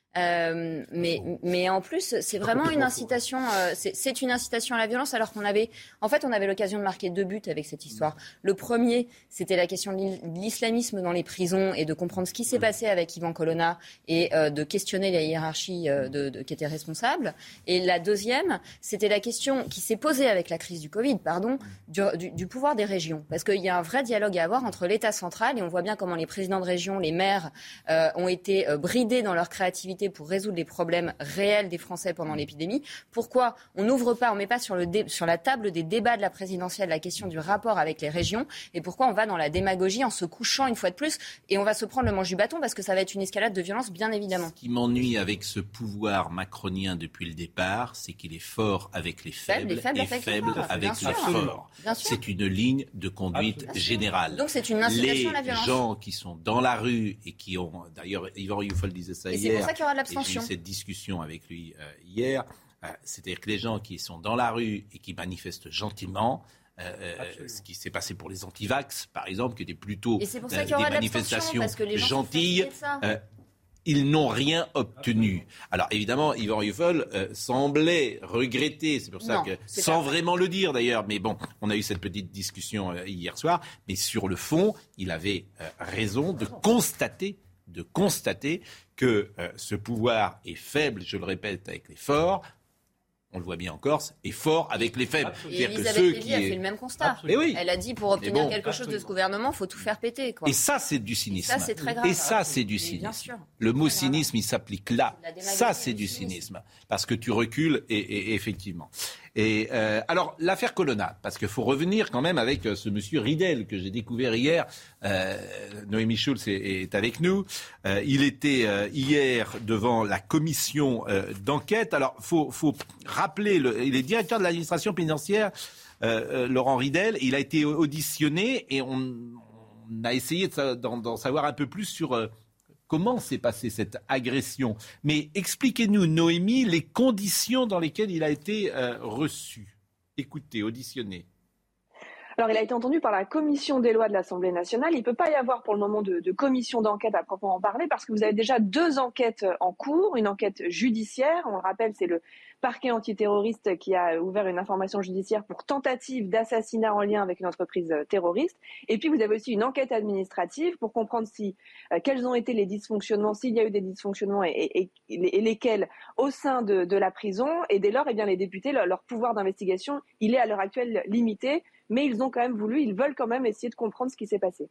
Euh, mais, mais en plus, c'est vraiment une incitation. Euh, c'est, c'est une incitation à la violence, alors qu'on avait, en fait, on avait l'occasion de marquer deux buts avec cette histoire. Le premier, c'était la question de l'islamisme dans les prisons et de comprendre ce qui s'est passé avec Ivan Colonna et euh, de questionner la hiérarchie euh, de, de, qui était responsable. Et la deuxième, c'était la question qui s'est posée avec la crise du Covid, pardon, du, du, du pouvoir des régions, parce qu'il y a un vrai dialogue à avoir entre l'État central et on voit bien comment les présidents de région, les maires, euh, ont été euh, bridés dans leur créativité pour résoudre les problèmes réels des Français pendant l'épidémie. Pourquoi on n'ouvre pas, on ne met pas sur, le dé, sur la table des débats de la présidentielle la question du rapport avec les régions, et pourquoi on va dans la démagogie en se couchant une fois de plus, et on va se prendre le manche du bâton parce que ça va être une escalade de violence, bien évidemment. Ce qui m'ennuie avec ce pouvoir macronien depuis le départ, c'est qu'il est fort avec les faibles, faibles, faibles et avec faible les avec les forts. C'est une ligne de conduite Absolument. générale. Donc c'est une incitation à la violence. Les gens qui sont dans la rue et qui ont, d'ailleurs, Yvan Rioufol disait ça et hier. C'est pour ça qu'il y aura de l'abstention. J'ai eu cette discussion avec lui euh, hier. Euh, c'est-à-dire que les gens qui sont dans la rue et qui manifestent gentiment, euh, ce qui s'est passé pour les antivax, par exemple, qui étaient plutôt et c'est pour ça euh, qu'il y aura des de manifestations parce que les gens gentilles, euh, ils n'ont rien obtenu. Alors évidemment, Yvan Rioufol euh, semblait regretter, c'est pour ça non, que, sans pas vraiment le dire d'ailleurs, mais bon, on a eu cette petite discussion euh, hier soir, mais sur le fond, il avait euh, raison de constater, de constater que euh, ce pouvoir est faible, je le répète, avec les forts. On le voit bien en Corse, est fort avec les faibles. Et Elisabeth Lévy a fait le même constat. Oui. Elle a dit pour obtenir bon, quelque chose de ce gouvernement, il faut tout faire péter. Quoi. Et ça, c'est du cynisme. Et ça, c'est très grave. Et ça, c'est du cynisme. Bien sûr. Le mot cynisme, il s'applique là. Ça, c'est du cynisme. Parce que tu recules, et, et, et effectivement. Et euh, alors, l'affaire Colonna, parce qu'il faut revenir quand même avec ce monsieur Ridel que j'ai découvert hier. Euh, Noémie Schulz est, est avec nous. Euh, il était euh, hier devant la commission euh, d'enquête. Alors, faut, faut rappeler, le, il est directeur de l'administration pénitentiaire, euh, euh, Laurent Ridel. Il a été auditionné et on, on a essayé de, d'en, d'en savoir un peu plus sur euh, comment s'est passée cette agression. Mais expliquez-nous, Noémie, les conditions dans lesquelles il a été euh, reçu. Écoutez, auditionné. Alors, il a été entendu par la commission des lois de l'Assemblée nationale. Il ne peut pas y avoir pour le moment de, de commission d'enquête à proprement parler parce que vous avez déjà deux enquêtes en cours. Une enquête judiciaire, on le rappelle, c'est le parquet antiterroriste qui a ouvert une information judiciaire pour tentative d'assassinat en lien avec une entreprise terroriste. Et puis, vous avez aussi une enquête administrative pour comprendre si euh, quels ont été les dysfonctionnements, s'il y a eu des dysfonctionnements et, et, et, et lesquels au sein de, de la prison. Et dès lors, eh bien, les députés, leur, leur pouvoir d'investigation, il est à l'heure actuelle limité. Mais ils ont quand même voulu, ils veulent quand même essayer de comprendre ce qui s'est passé.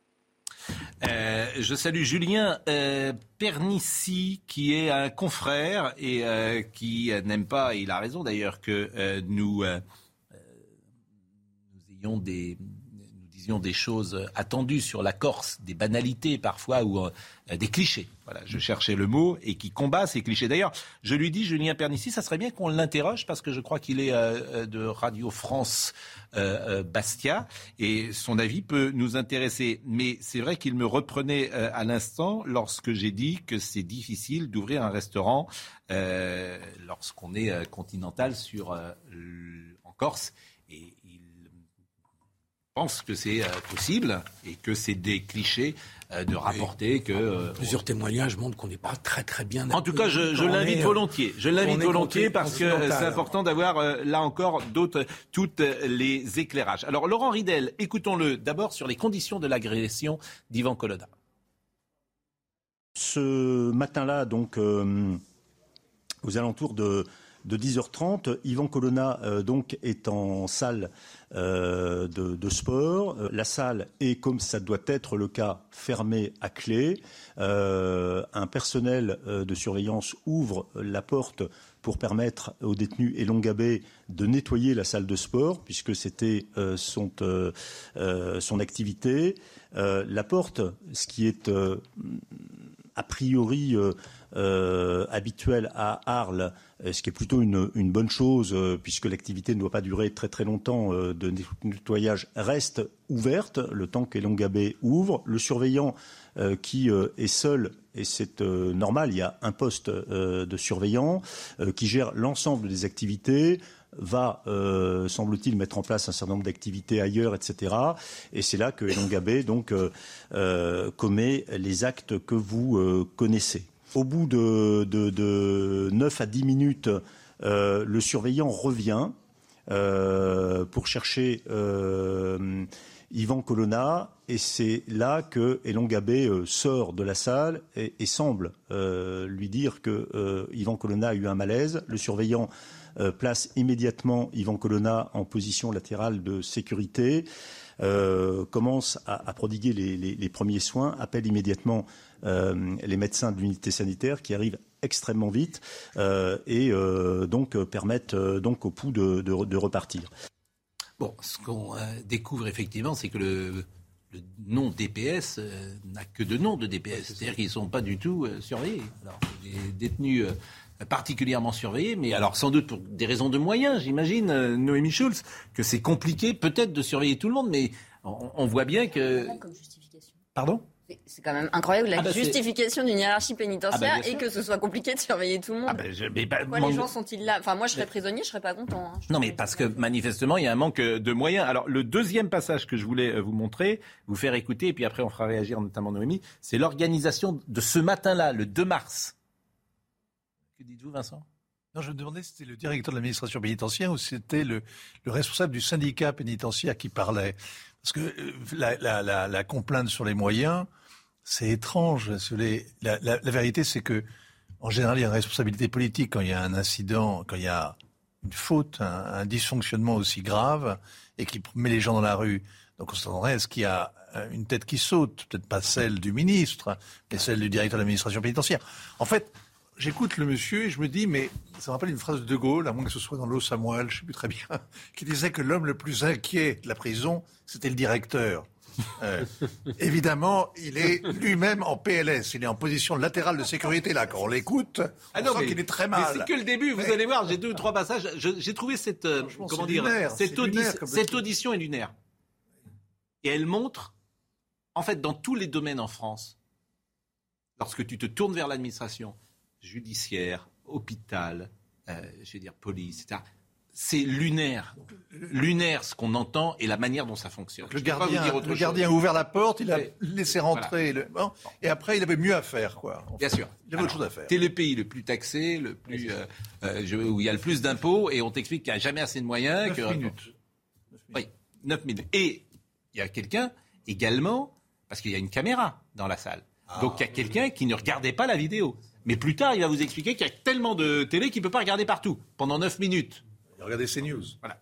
Euh, je salue Julien euh, Pernici, qui est un confrère et euh, qui n'aime pas, et il a raison d'ailleurs, que euh, nous, euh, nous ayons des... Nous disions des choses attendues sur la Corse, des banalités parfois ou euh, des clichés. Voilà, je cherchais le mot et qui combat ces clichés. D'ailleurs, je lui dis, Julien Pernici, ça serait bien qu'on l'interroge parce que je crois qu'il est euh, de Radio France euh, euh, Bastia et son avis peut nous intéresser. Mais c'est vrai qu'il me reprenait euh, à l'instant lorsque j'ai dit que c'est difficile d'ouvrir un restaurant euh, lorsqu'on est euh, continental sur euh, en Corse. Et il pense que c'est euh, possible et que c'est des clichés euh, de rapporter que... Euh, plusieurs on... témoignages montrent qu'on n'est pas très très bien... En tout cas, je, je l'invite est, volontiers. Je l'invite volontiers parce que c'est important d'avoir, euh, là encore, d'autres, toutes les éclairages. Alors, Laurent Ridel, écoutons-le d'abord sur les conditions de l'agression d'Ivan Colonna. Ce matin-là, donc, euh, aux alentours de... de dix heures trente, Ivan Colonna euh, donc est en salle euh, de, de sport. Euh, la salle est, comme ça doit être le cas, fermée à clé. Euh, un personnel euh, de surveillance ouvre la porte pour permettre aux détenus Elongabé de nettoyer la salle de sport, puisque c'était euh, son, euh, euh, son activité. Euh, la porte, ce qui est euh, a priori euh, euh, habituel à Arles, ce qui est plutôt une, une bonne chose, euh, puisque l'activité ne doit pas durer très très longtemps euh, de nettoyage, reste ouverte le temps qu'Elongabé ouvre. Le surveillant euh, qui euh, est seul, et c'est euh, normal, il y a un poste euh, de surveillant euh, qui gère l'ensemble des activités, va, euh, semble-t-il, mettre en place un certain nombre d'activités ailleurs, et cetera. Et c'est là que Elongabé donc euh, euh, commet les actes que vous euh, connaissez. Au bout de, de, de neuf à dix minutes, euh, le surveillant revient euh, pour chercher euh, Ivan Colonna, et c'est là que Elongabé euh, sort de la salle et, et semble euh, lui dire que euh, Ivan Colonna a eu un malaise. Le surveillant euh, place immédiatement Ivan Colonna en position latérale de sécurité, euh, commence à, à prodiguer les, les, les premiers soins, appelle immédiatement euh, les médecins de l'unité sanitaire qui arrivent extrêmement vite euh, et euh, donc permettent euh, donc au pouls de, de, de repartir. Bon, ce qu'on euh, découvre effectivement, c'est que le, le nom D P S euh, n'a que de nom de D P S, c'est-à-dire qu'ils ne sont pas du tout euh, surveillés. Alors, des détenus euh, particulièrement surveillés, mais alors sans doute pour des raisons de moyens, j'imagine, euh, Noémie Schulz, que c'est compliqué peut-être de surveiller tout le monde, mais on, on voit bien que... Comme justification. Pardon ? C'est quand même incroyable la ah bah justification d'une hiérarchie pénitentiaire ah bah et que ce soit compliqué de surveiller tout le monde. Ah bah je, mais bah, Pourquoi manque... les gens sont-ils là ? Enfin, moi, je serais prisonnier, je serais pas content. Hein. Non, mais parce que manifestement, il y a un manque de moyens. Alors, le deuxième passage que je voulais vous montrer, vous faire écouter, et puis après on fera réagir notamment Noémie, c'est l'organisation de ce matin-là, le deux mars. Que dites-vous, Vincent ? Non, je me demandais si c'était le directeur de l'administration pénitentiaire ou si c'était le, le responsable du syndicat pénitentiaire qui parlait. Parce que euh, la, la, la, la complainte sur les moyens... C'est étrange. La, la, la vérité, c'est que, en général, il y a une responsabilité politique quand il y a un incident, quand il y a une faute, un, un dysfonctionnement aussi grave et qui met les gens dans la rue. Donc, on s'attendrait à ce qu'il y a une tête qui saute, peut-être pas celle du ministre, mais celle du directeur de l'administration pénitentiaire. En fait, j'écoute le monsieur et je me dis, mais ça me rappelle une phrase de De Gaulle, à moins que ce soit dans l'eau Samuel, je ne sais plus très bien, qui disait que l'homme le plus inquiet de la prison, c'était le directeur. Euh, évidemment, il est lui-même en P L S. Il est en position latérale de sécurité, là. Quand on l'écoute, on ah non, sent mais, qu'il est très mal. Mais c'est que le début. Vous mais... allez voir, j'ai deux ou trois passages. Je, j'ai trouvé cette, euh, comment dire, lunaire, cette, audi- lunaire, cette audition est lunaire. Et elle montre, en fait, dans tous les domaines en France, lorsque tu te tournes vers l'administration judiciaire, hôpital, euh, je vais dire police, et cetera, c'est lunaire. Lunaire, ce qu'on entend et la manière dont ça fonctionne. Le gardien, le gardien a ouvert la porte, il a oui. laissé rentrer. Voilà. Le... Bon, et après, il avait mieux à faire, quoi. Bien sûr. Il avait Alors, autre chose à faire. T'es le pays le plus taxé, le plus, euh, euh, où il y a le plus d'impôts, et on t'explique qu'il n'y a jamais assez de moyens. Neuf que... minutes. Oui, neuf minutes. Et il y a quelqu'un, également, parce qu'il y a une caméra dans la salle. Ah, Donc il y a quelqu'un qui ne regardait pas la vidéo. Mais plus tard, il va vous expliquer qu'il y a tellement de télé qu'il ne peut pas regarder partout, pendant neuf minutes. Regardez CNews. Voilà.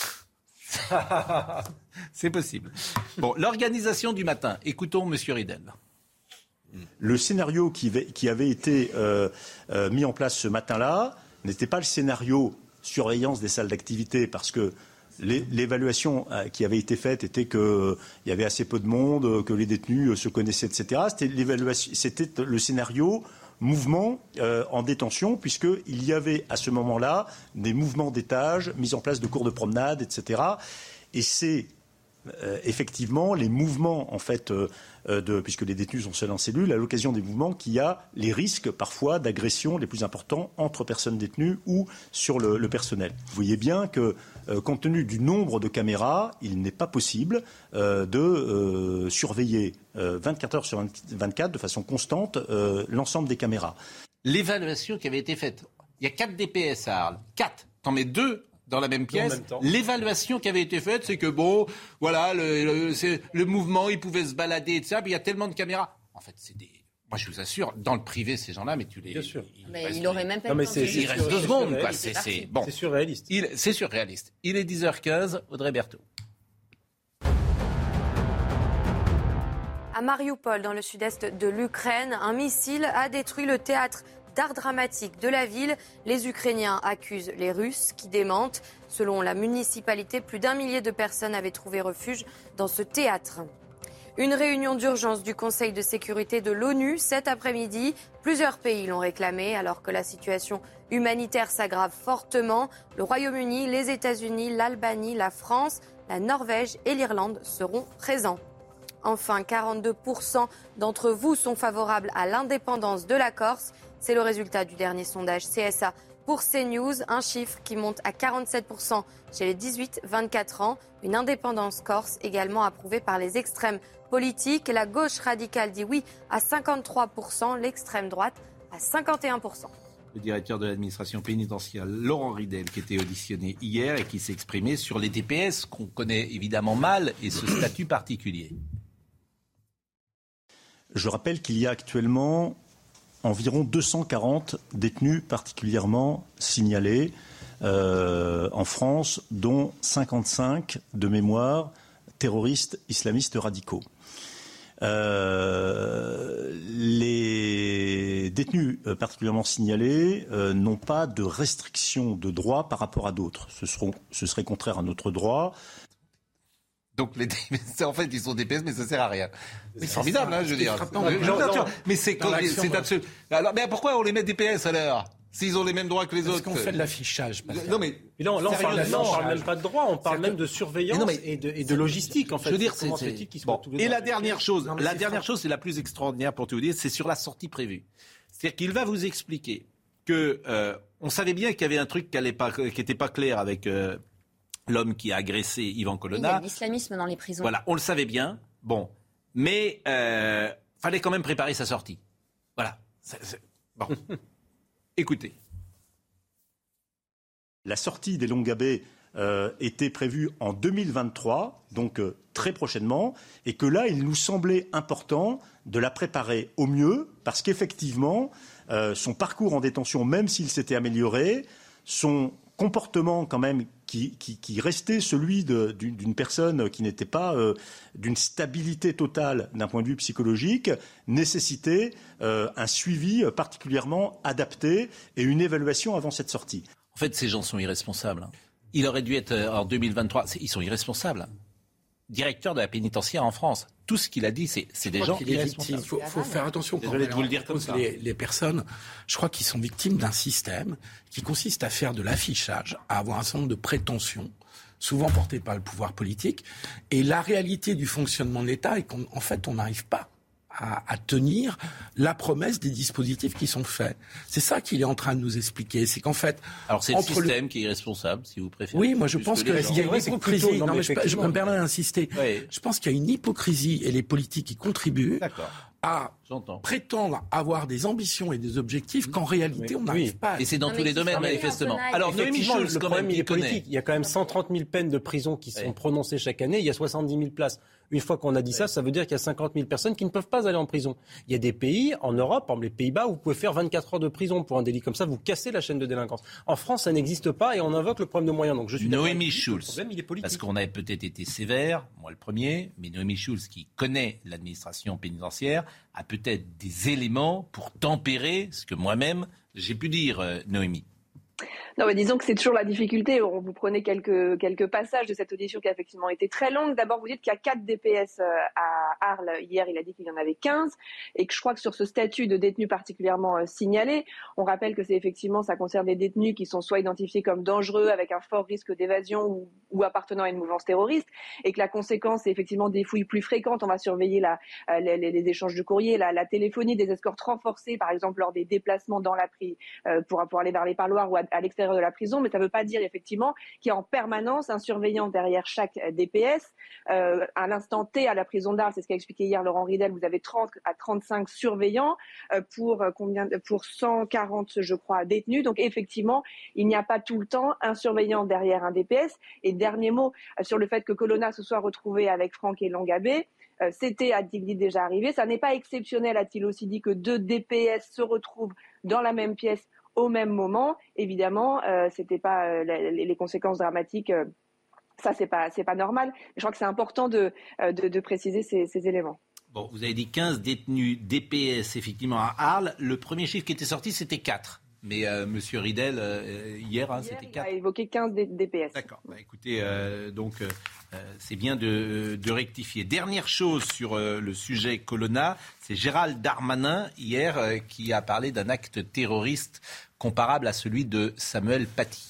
C'est possible. Bon, l'organisation du matin. Écoutons M. Ridel. Le scénario qui, qui avait été euh, euh, mis en place ce matin-là n'était pas le scénario surveillance des salles d'activité, parce que l'évaluation qui avait été faite était qu'il y avait assez peu de monde, que les détenus se connaissaient, et cetera. C'était, l'évaluation, c'était le scénario mouvement euh, en détention, puisqu'il y avait à ce moment-là des mouvements d'étage, mise en place de cours de promenade, et cetera. Et c'est euh, effectivement les mouvements, en fait, euh, de, puisque les détenus sont seuls en cellule, à l'occasion des mouvements qu'il y a les risques parfois d'agression les plus importants entre personnes détenues ou sur le, le personnel. Vous voyez bien que, euh, compte tenu du nombre de caméras, il n'est pas possible euh, de euh, surveiller euh, vingt-quatre heures sur vingt-quatre de façon constante euh, l'ensemble des caméras. L'évaluation qui avait été faite, il y a quatre D P S à Arles, quatre, t'en mets deux dans la même pièce. Même l'évaluation qui avait été faite, c'est que bon, voilà, le, le, c'est, le mouvement, il pouvait se balader, et cetera. Puis il y a tellement de caméras. En fait, c'est des. Moi, je vous assure, dans le privé, ces gens-là, mais tu les. Bien sûr. Il, mais il aurait même pas. Non, mais c'est, il reste deux secondes, quoi. C'est, c'est, bon. c'est surréaliste. Il, c'est surréaliste. Il est dix heures quinze, Audrey Berthaud. À Mariupol, dans le sud-est de l'Ukraine, un missile a détruit le théâtre d'art dramatique de la ville. Les Ukrainiens accusent les Russes qui démentent. Selon la municipalité, plus d'un millier de personnes avaient trouvé refuge dans ce théâtre. Une réunion d'urgence du Conseil de sécurité de l'ONU cet après-midi. Plusieurs pays l'ont réclamé alors que la situation humanitaire s'aggrave fortement. Le Royaume-Uni, les États-Unis, l'Albanie, la France, la Norvège et l'Irlande seront présents. Enfin, quarante-deux pour cent d'entre vous sont favorables à l'indépendance de la Corse. C'est le résultat du dernier sondage C S A pour CNews, un chiffre qui monte à quarante-sept pour cent chez les dix-huit vingt-quatre ans. Une indépendance corse également approuvée par les extrêmes politiques. La gauche radicale dit oui à cinquante-trois pour cent, l'extrême droite à cinquante et un pour cent. Le directeur de l'administration pénitentiaire, Laurent Ridel, qui était auditionné hier et qui s'est exprimé sur les D P S, qu'on connaît évidemment mal, et ce statut particulier. Je rappelle qu'il y a actuellement environ deux cent quarante détenus particulièrement signalés euh, en France, dont cinquante-cinq de mémoire terroristes islamistes radicaux. Euh, les détenus euh, particulièrement signalés euh, n'ont pas de restriction de droit par rapport à d'autres. Ce, seront, ce serait contraire à notre droit. Donc les D P S, en fait, ils sont D P S, mais ça sert à rien. Mais c'est formidable, hein, je veux dire. Non, je, non, non, non, mais c'est, c'est absolu. Alors, mais pourquoi on les met D P S alors, s'ils ont les mêmes droits que les Parce autres? Parce qu'on fait de l'affichage. Non mais là, on, là, on parle, non, on parle même pas de droit, on parle même de surveillance mais, et, de, et de logistique en fait. Je veux dire, c'est, c'est, c'est... Qui bon. Et la dernière chose, non, la dernière chose, c'est la plus extraordinaire pour tout vous dire, c'est sur la sortie prévue. C'est-à-dire qu'il va vous expliquer que euh, on savait bien qu'il y avait un truc qui n'était pas, pas clair avec. Euh, L'homme qui a agressé Ivan Colonna. Il y a de l'islamisme dans les prisons. Voilà, on le savait bien. Bon, mais euh, fallait quand même préparer sa sortie. Voilà. C'est, c'est... Bon, écoutez. La sortie des Longabé euh, était prévue en deux mille vingt-trois, donc euh, très prochainement, et que là, il nous semblait important de la préparer au mieux, parce qu'effectivement, euh, son parcours en détention, même s'il s'était amélioré, son comportement quand même qui, qui, qui restait celui de, d'une, d'une personne qui n'était pas euh, d'une stabilité totale d'un point de vue psychologique, nécessitait euh, un suivi particulièrement adapté et une évaluation avant cette sortie. En fait, ces gens sont irresponsables. Il aurait dû être en deux mille vingt-trois, ils sont irresponsables. Directeur de la pénitentiaire en France. Tout ce qu'il a dit, c'est, c'est des gens irresponsables. Il faut, faut faire attention quand on vous le dire comme ça. Les, les personnes, je crois qu'ils sont victimes d'un système qui consiste à faire de l'affichage, à avoir un certain nombre de prétentions, souvent portées par le pouvoir politique. Et la réalité du fonctionnement de l'État est qu'en fait, on n'arrive pas à, à tenir la promesse des dispositifs qui sont faits. C'est ça qu'il est en train de nous expliquer. C'est qu'en fait... Alors c'est le système le... qui est irresponsable, si vous préférez. Oui, moi je pense qu'il y a une hypocrisie. Plutôt, non, non, mais je, je me permets d'insister. Oui. Je pense qu'il y a une hypocrisie et les politiques qui contribuent D'accord. à J'entends. prétendre avoir des ambitions et des objectifs qu'en réalité on n'arrive oui. pas à... Et c'est dans non, tous les domaines, manifestement. Alors, Noémie Schulz, le problème, il est politique. Il y a quand même cent trente mille peines de prison qui sont oui. prononcées chaque année. Il y a soixante-dix mille places. Une fois qu'on a dit oui. ça, ça veut dire qu'il y a cinquante mille personnes qui ne peuvent pas aller en prison. Il y a des pays, en Europe, par exemple les Pays-Bas, où vous pouvez faire vingt-quatre heures de prison pour un délit comme ça, vous cassez la chaîne de délinquance. En France, ça n'existe pas et on invoque le problème de moyens. Donc je suis Noémie Schulz, le problème, il est politique. Parce qu'on avait peut-être été sévère, moi le premier, mais Noémie Schulz, qui connaît l'administration pénitentiaire, a peut-être des éléments pour tempérer ce que moi-même j'ai pu dire, euh, Noémie. Non, mais disons que c'est toujours la difficulté. On vous prenez quelques, quelques passages de cette audition qui a effectivement été très longue. D'abord, vous dites qu'il y a quatre D P S à Arles. Hier, il a dit qu'il y en avait quinze et que je crois que sur ce statut de détenu particulièrement signalé, on rappelle que c'est effectivement, ça concerne des détenus qui sont soit identifiés comme dangereux avec un fort risque d'évasion ou, ou appartenant à une mouvance terroriste et que la conséquence, c'est effectivement des fouilles plus fréquentes. On va surveiller la, les, les, les échanges de courrier, la, la téléphonie, des escortes renforcées, par exemple, lors des déplacements dans la prison euh, pour, pour aller vers les parloirs ou à, à l'extérieur de la prison, mais ça ne veut pas dire effectivement qu'il y a en permanence un surveillant derrière chaque D P S. Euh, à l'instant T, à la prison d'Arles, c'est ce qu'a expliqué hier Laurent Ridel, vous avez trente à trente-cinq surveillants euh, pour euh, combien pour cent quarante, je crois, détenus. Donc effectivement, il n'y a pas tout le temps un surveillant derrière un D P S. Et dernier mot euh, sur le fait que Colonna se soit retrouvé avec Franck et Langabé. Euh, c'était, a-t-il dit, déjà arrivé. Ça n'est pas exceptionnel, a-t-il aussi dit, que deux D P S se retrouvent dans la même pièce au même moment. Évidemment, euh, c'était pas euh, les, les conséquences dramatiques. Euh, ça, c'est pas, c'est pas normal. Je crois que c'est important de, euh, de, de préciser ces, ces éléments. Bon, vous avez dit quinze détenus D P S effectivement à Arles. Le premier chiffre qui était sorti, c'était quatre. Mais euh, M. Ridel, euh, hier, hein, hier, c'était quatre. Il a évoqué quinze D P S. D'accord. Bah, écoutez, euh, donc euh, c'est bien de, de rectifier. Dernière chose sur euh, le sujet Colonna, c'est Gérald Darmanin, hier, euh, qui a parlé d'un acte terroriste comparable à celui de Samuel Paty.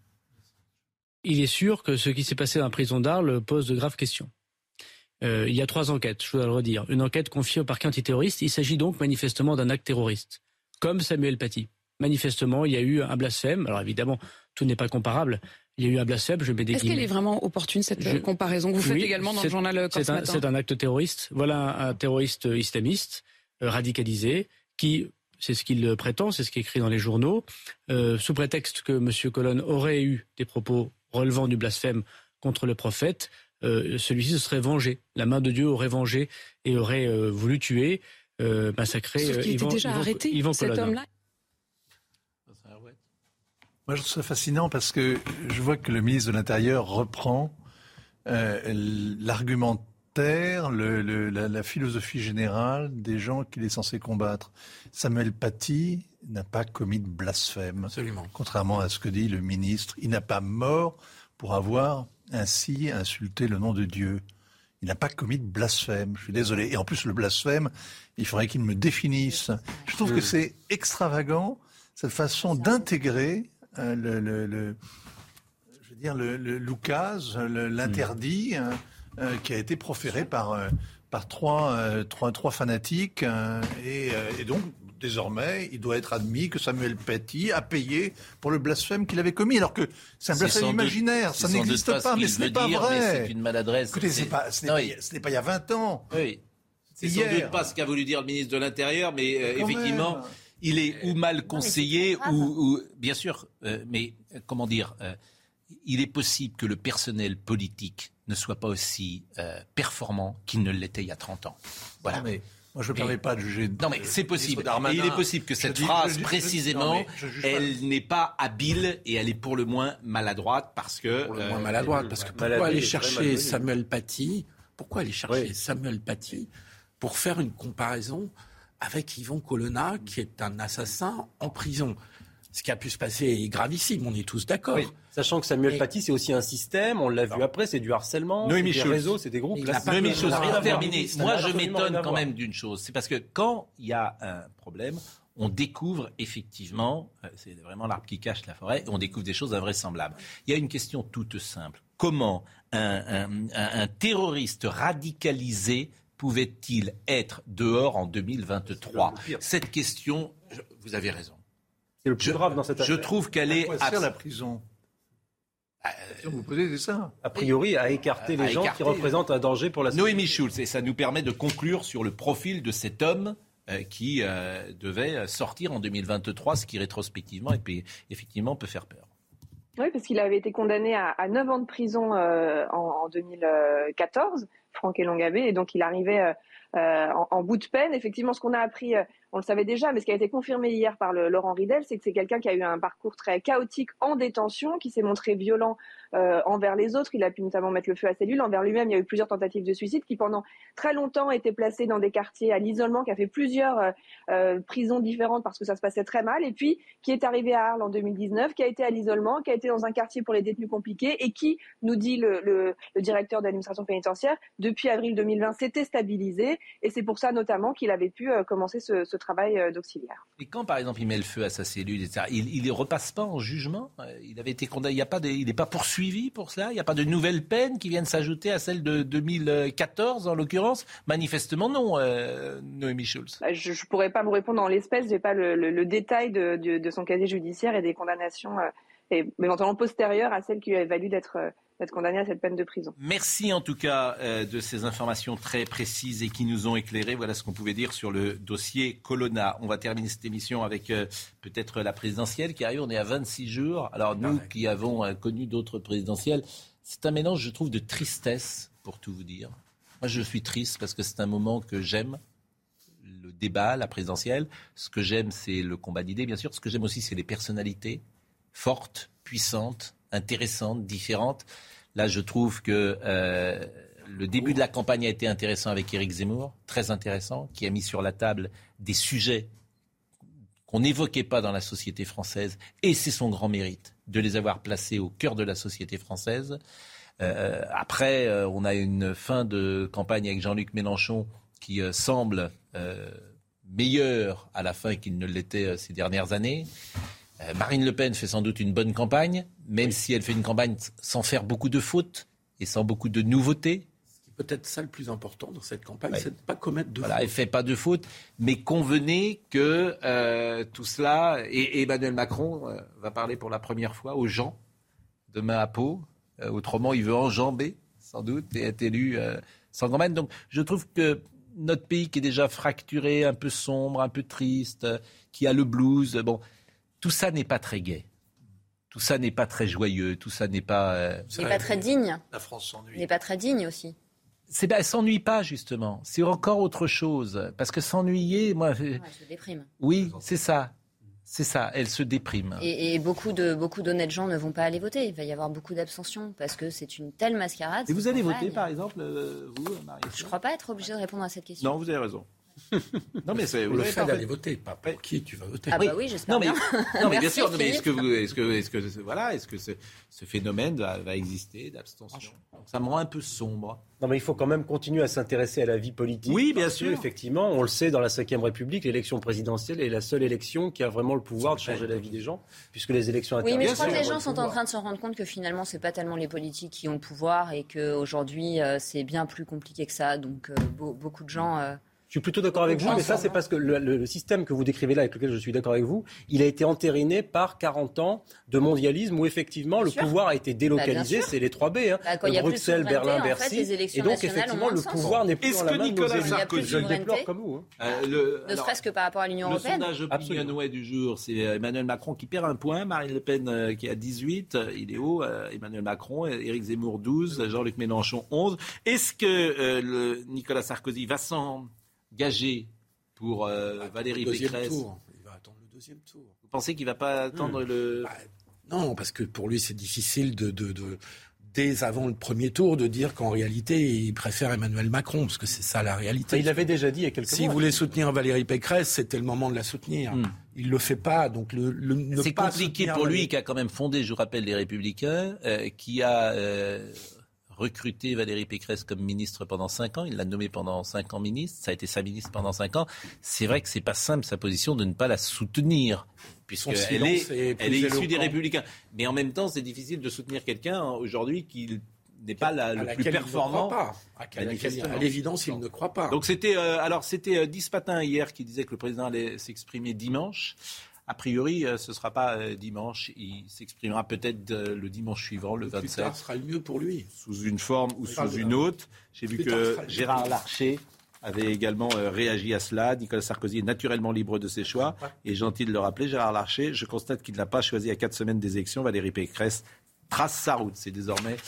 Il est sûr que ce qui s'est passé dans la prison d'Arles pose de graves questions. Euh, il y a trois enquêtes, je dois le redire. Une enquête confiée au parquet antiterroriste. Il s'agit donc manifestement d'un acte terroriste, comme Samuel Paty. Manifestement, il y a eu un blasphème. Alors évidemment, tout n'est pas comparable. Il y a eu un blasphème, je mets des Est-ce guillemets. qu'elle est vraiment opportune, cette je... comparaison que vous faites oui, également dans le journal Corse c'est un, Matin? C'est un acte terroriste. Voilà un, un terroriste islamiste, euh, radicalisé, qui, c'est ce qu'il prétend, c'est ce qui est écrit dans les journaux, euh, sous prétexte que M. Colonne aurait eu des propos relevant du blasphème contre le prophète, euh, celui-ci se serait vengé. La main de Dieu aurait vengé et aurait euh, voulu tuer, euh, massacrer Sauf qu'il euh, était Yvan, déjà Yvan, arrêté, Yvan cet Colonna. homme-là. Moi, je trouve ça fascinant parce que je vois que le ministre de l'Intérieur reprend euh, l'argumentaire, le, le, la, la philosophie générale des gens qu'il est censé combattre. Samuel Paty n'a pas commis de blasphème. Absolument. Contrairement à ce que dit le ministre. Il n'a pas mort pour avoir ainsi insulté le nom de Dieu. Il n'a pas commis de blasphème. Je suis désolé. Et en plus, le blasphème, il faudrait qu'il me définisse. Je trouve que c'est extravagant, cette façon d'intégrer Euh, le, le, le, je veux dire, le, le l'oukase, le, l'interdit mmh. euh, qui a été proféré par, euh, par trois, euh, trois, trois fanatiques. Euh, et, euh, et donc, désormais, il doit être admis que Samuel Paty a payé pour le blasphème qu'il avait commis. Alors que c'est un blasphème c'est imaginaire, doute, ça n'existe pas, pas mais ce n'est pas dire, vrai. Mais c'est une maladresse. Écoutez, c'est... C'est pas, ce, n'est non, pas, il... ce n'est pas il y a vingt ans. Oui. C'est hier. Sans doute pas ce qu'a voulu dire le ministre de l'Intérieur, mais euh, effectivement... Même. Il est ou mal conseillé, ou, ou bien sûr, euh, mais euh, comment dire, euh, il est possible que le personnel politique ne soit pas aussi euh, performant qu'il ne l'était il y a trente ans. Voilà. Non mais moi je ne me permets pas de juger. Non mais c'est possible. Darmanin, et il est possible que cette dis, phrase, je, précisément, non, je, je elle pas. n'est pas habile et elle est pour le moins maladroite parce que. Pour le euh, moins maladroite parce que pourquoi aller chercher Samuel Paty, pourquoi aller chercher oui. Samuel Paty pour faire une comparaison avec Yvan Colonna, qui est un assassin en prison. Ce qui a pu se passer est gravissime, on est tous d'accord. Oui, sachant que Samuel Et... Paty, c'est aussi un système, on l'a vu non. après, c'est du harcèlement, Noémie c'est des réseaux, c'est des groupes. Noémie Schultz, pour terminer, moi je m'étonne quand même d'une chose, c'est parce que quand il y a un problème, on découvre effectivement, c'est vraiment l'arbre qui cache la forêt, on découvre des choses invraisemblables. Il y a une question toute simple. Comment un, un, un, un terroriste radicalisé pouvait-il être dehors en deux mille vingt-trois ? Cette question, je, vous avez raison. C'est le plus je, grave dans cette affaire. Je trouve qu'elle est... À quoi sert la prison ? Euh, vous posez ça. A priori, à écarter les à gens écarter, qui représentent un danger pour la société. Noémie Schultz, et ça nous permet de conclure sur le profil de cet homme euh, qui euh, devait sortir en deux mille vingt-trois, ce qui rétrospectivement, et puis, effectivement, peut faire peur. Oui, parce qu'il avait été condamné à, à neuf ans de prison euh, en, en deux mille quatorze, Franck Elongabé, et donc il arrivait euh, euh, en, en bout de peine. Effectivement, ce qu'on a appris, euh, on le savait déjà, mais ce qui a été confirmé hier par le, Laurent Ridel, c'est que c'est quelqu'un qui a eu un parcours très chaotique en détention, qui s'est montré violent euh, envers les autres. Il a pu notamment mettre le feu à cellules. Envers lui-même, il y a eu plusieurs tentatives de suicide, qui pendant très longtemps était placé dans des quartiers à l'isolement, qui a fait plusieurs euh, euh, prisons différentes parce que ça se passait très mal, et puis qui est arrivé à Arles en deux mille dix-neuf, qui a été à l'isolement, qui a été dans un quartier pour les détenus compliqués, et qui, nous dit le, le, le directeur de l'administration pénitentiaire, depuis avril deux mille vingt, s'était stabilisé, et c'est pour ça notamment qu'il avait pu euh, commencer ce, ce travail euh, d'auxiliaire. Et quand, par exemple, il met le feu à sa cellule, et cetera, il ne repasse pas en jugement. Il avait été condamné. Il y a pas de, il n'est pas poursuivi pour cela. Il n'y a pas de nouvelles peines qui viennent s'ajouter à celle de deux mille quatorze, en l'occurrence. Manifestement, non, euh, Noémie Schulz. Je ne pourrais pas vous répondre en l'espèce. Je n'ai pas le, le, le détail de, de, de son casier judiciaire et des condamnations, euh, et éventuellement postérieures à celles qui lui avaient valu d'être... Euh, d'être condamné à cette peine de prison. Merci en tout cas euh, de ces informations très précises et qui nous ont éclairés. Voilà ce qu'on pouvait dire sur le dossier Colonna. On va terminer cette émission avec euh, peut-être la présidentielle qui arrive. On est à vingt-six jours. Alors nous ah ouais. qui avons euh, connu d'autres présidentielles, c'est un mélange, je trouve, de tristesse, pour tout vous dire. Moi, je suis triste parce que c'est un moment que j'aime. Le débat, la présidentielle. Ce que j'aime, c'est le combat d'idées, bien sûr. Ce que j'aime aussi, c'est les personnalités fortes, puissantes, intéressantes, différentes. Là, je trouve que euh, le début de la campagne a été intéressant avec Éric Zemmour, très intéressant, qui a mis sur la table des sujets qu'on n'évoquait pas dans la société française, et c'est son grand mérite de les avoir placés au cœur de la société française. Euh, après, euh, on a une fin de campagne avec Jean-Luc Mélenchon qui euh, semble euh, meilleur à la fin qu'il ne l'était euh, ces dernières années. Marine Le Pen fait sans doute une bonne campagne, même oui. si elle fait une campagne sans faire beaucoup de fautes et sans beaucoup de nouveautés. C'est peut-être ça le plus important dans cette campagne, ouais. c'est de ne pas commettre de voilà, fautes. Elle ne fait pas de fautes, mais convenez que euh, tout cela, et, et Emmanuel Macron euh, va parler pour la première fois aux gens demain à Pau. Euh, autrement, il veut enjamber, sans doute, et être élu euh, sans campagne. Donc, je trouve que notre pays qui est déjà fracturé, un peu sombre, un peu triste, euh, qui a le blues, bon... Tout ça n'est pas très gai. Tout ça n'est pas très joyeux. Tout ça n'est pas... Euh, n'est pas très digne. La France s'ennuie. N'est pas très digne aussi. C'est, ben, elle ne s'ennuie pas, justement. C'est encore autre chose. Parce que s'ennuyer, moi... Ouais, elle se déprime. Oui, c'est ça. C'est ça, elle se déprime. Et, et beaucoup, de, beaucoup d'honnêtes gens ne vont pas aller voter. Il va y avoir beaucoup d'abstention parce que c'est une telle mascarade. Et vous allez voter, par exemple, euh, vous, Marie? Je ne crois pas être obligé de répondre à cette question. Non, vous avez raison. Non mais c'est vous le fait d'aller voter, pas pour qui tu vas voter. Ah bah oui, j'espère non, mais, bien. Non mais bien sûr, non, mais est-ce que vous, est-ce que, est-ce que voilà, est-ce que ce, ce phénomène va, va exister d'abstention? Donc ça me rend un peu sombre. Non mais il faut quand même continuer à s'intéresser à la vie politique. Oui, bien parce sûr. Que, effectivement, on le sait, dans la cinquième République, l'élection présidentielle est la seule élection qui a vraiment le pouvoir de changer la vie des gens, puisque les élections oui, mais je crois sûr, que les gens sont en train de se rendre compte que finalement, c'est pas tellement les politiques qui ont le pouvoir et qu'aujourd'hui, euh, c'est bien plus compliqué que ça. Donc euh, beau, beaucoup de gens. Euh, Je suis plutôt d'accord avec vous, mais ça, c'est parce que le, le, le système que vous décrivez là, avec lequel je suis d'accord avec vous, il a été entériné par quarante ans de mondialisme où, effectivement, bien le sûr. pouvoir a été délocalisé. Bah, c'est les trois B. Hein. Bah, Bruxelles, Berlin, en Bercy. Fait, et donc, effectivement, le pouvoir n'est plus Est-ce dans la que main Nicolas de nos Sarkozy, je le déplore comme vous. Hein. Euh, le, ne serait-ce que par rapport à l'Union européenne. Le sondage Opinionway du jour, c'est Emmanuel Macron qui perd un point, Marine Le Pen euh, qui a dix-huit, il est haut, euh, Emmanuel Macron, Éric Zemmour douze, Jean-Luc Mélenchon onze. Est-ce que euh, le Nicolas Sarkozy va s'engager pour euh, Valérie Pécresse? Tour. Il va attendre le deuxième tour. Vous pensez qu'il ne va pas attendre mmh. le... Bah, non, parce que pour lui, c'est difficile de, de, de, dès avant le premier tour, de dire qu'en réalité, il préfère Emmanuel Macron, parce que c'est ça la réalité. Il l'avait déjà dit il y a quelques mois. S'il voulait soutenir Valérie Pécresse, c'était le moment de la soutenir. Mmh. Il ne le fait pas, donc le, le ne c'est pas compliqué pour lui, qui a quand même fondé, je vous rappelle, les Républicains, euh, qui a... Euh, recruté Valérie Pécresse comme ministre pendant cinq ans. Il l'a nommée pendant cinq ans ministre. Ça a été sa ministre pendant cinq ans. C'est vrai que c'est pas simple, sa position, de ne pas la soutenir, puisqu'elle est, est elle est issue des Républicains. Mais en même temps, c'est difficile de soutenir quelqu'un aujourd'hui qui n'est pas la, le plus performant. Pas. À, à, à l'évidence, il ne croit pas. Donc c'était, euh, alors c'était euh, Dispatin hier qui disait que le président allait s'exprimer dimanche. A priori, euh, ce ne sera pas euh, dimanche. Il s'exprimera peut-être euh, le dimanche suivant, le vingt-sept. Plus tard sera le mieux pour lui. Sous une forme ou sous une autre. J'ai vu que Gérard Larcher avait également euh, réagi à cela. Nicolas Sarkozy est naturellement libre de ses choix. Et gentil de le rappeler, Gérard Larcher, je constate qu'il n'a pas choisi à quatre semaines des élections. Valérie Pécresse trace sa route. C'est désormais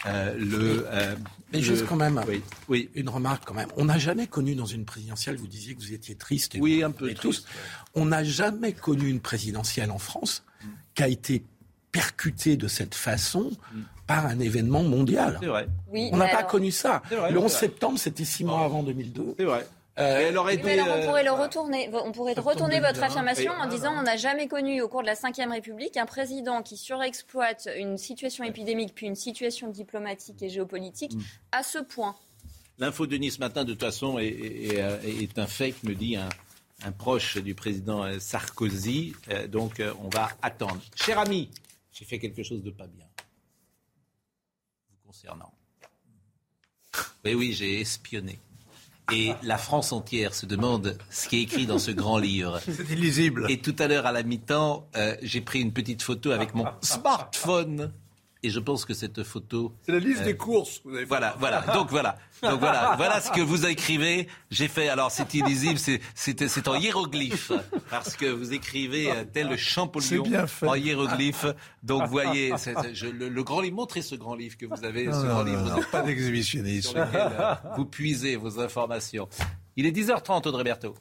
Euh, le, euh, Mais le... juste quand même, oui. Oui. une remarque quand même. On n'a jamais connu dans une présidentielle, vous disiez que vous étiez triste. Et oui, vous, un peu et triste. Tous, on n'a jamais connu une présidentielle en France mm. qui a été percutée de cette façon mm. par un événement mondial. C'est vrai. Oui, on n'a pas alors... connu ça. Vrai, le onze septembre, c'était six mois avant deux mille deux. C'est vrai. Euh, elle aurait mais été, alors on euh, pourrait le retourner, on pourrait retourner votre affirmation et, en disant on n'a jamais connu au cours de la cinquième République un président qui surexploite une situation épidémique puis une situation diplomatique et géopolitique mm. à ce point. L'info de Nice ce matin, de toute façon, est, est, est, est un fake, me dit un, un proche du président Sarkozy. Euh, donc euh, on va attendre. Cher ami, j'ai fait quelque chose de pas bien vous concernant. Oui, oui, j'ai espionné. Et la France entière se demande ce qui est écrit dans ce grand livre. C'est illisible. Et tout à l'heure, à la mi-temps, euh, j'ai pris une petite photo avec mon smartphone. Et je pense que cette photo... C'est la liste euh, des courses. Que vous avez fait. Voilà, voilà. Donc voilà. Donc voilà, voilà ce que vous écrivez. J'ai fait. Alors c'est illisible, c'est, c'est, c'est en hiéroglyphe parce que vous écrivez euh, tel Champollion en hiéroglyphe. Donc vous voyez, c'est, c'est, je, le, le grand livre. Montrez ce grand livre que vous avez. Non, ce non, grand non, livre. Non, pas d'exhibitionnisme. Sur lequel euh, vous puisez vos informations. Il est dix heures trente, Audrey Berthaud.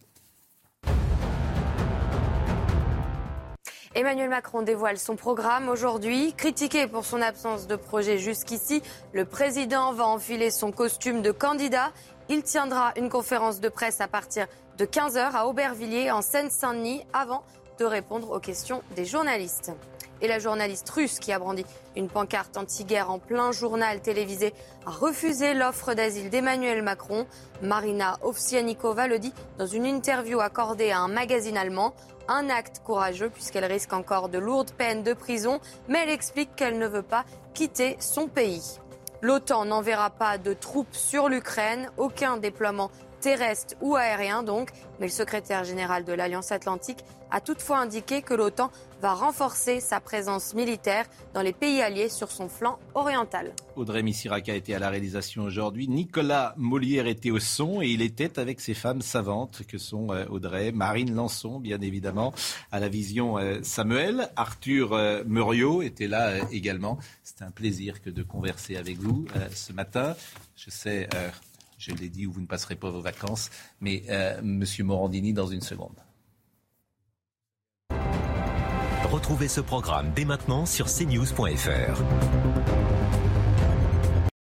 Emmanuel Macron dévoile son programme aujourd'hui. Critiqué pour son absence de projet jusqu'ici, le président va enfiler son costume de candidat. Il tiendra une conférence de presse à partir de quinze heures à Aubervilliers, en Seine-Saint-Denis, avant de répondre aux questions des journalistes. Et la journaliste russe qui a brandi une pancarte anti-guerre en plein journal télévisé a refusé l'offre d'asile d'Emmanuel Macron. Marina Ovsianikova le dit dans une interview accordée à un magazine allemand. Un acte courageux puisqu'elle risque encore de lourdes peines de prison, mais elle explique qu'elle ne veut pas quitter son pays. L'OTAN n'enverra pas de troupes sur l'Ukraine, aucun déploiement terrestre ou aérien donc, mais le secrétaire général de l'Alliance Atlantique a toutefois indiqué que l'OTAN va renforcer sa présence militaire dans les pays alliés sur son flanc oriental. Audrey Missiraka était à la réalisation aujourd'hui. Nicolas Molière était au son et il était avec ces femmes savantes que sont Audrey, Marine Lançon, bien évidemment, à la vision Samuel. Arthur Muriot était là également. C'était un plaisir que de converser avec vous ce matin. Je sais... Euh, Je l'ai dit, où vous ne passerez pas vos vacances. Mais euh, Monsieur Morandini, dans une seconde. Retrouvez ce programme dès maintenant sur c news point f r.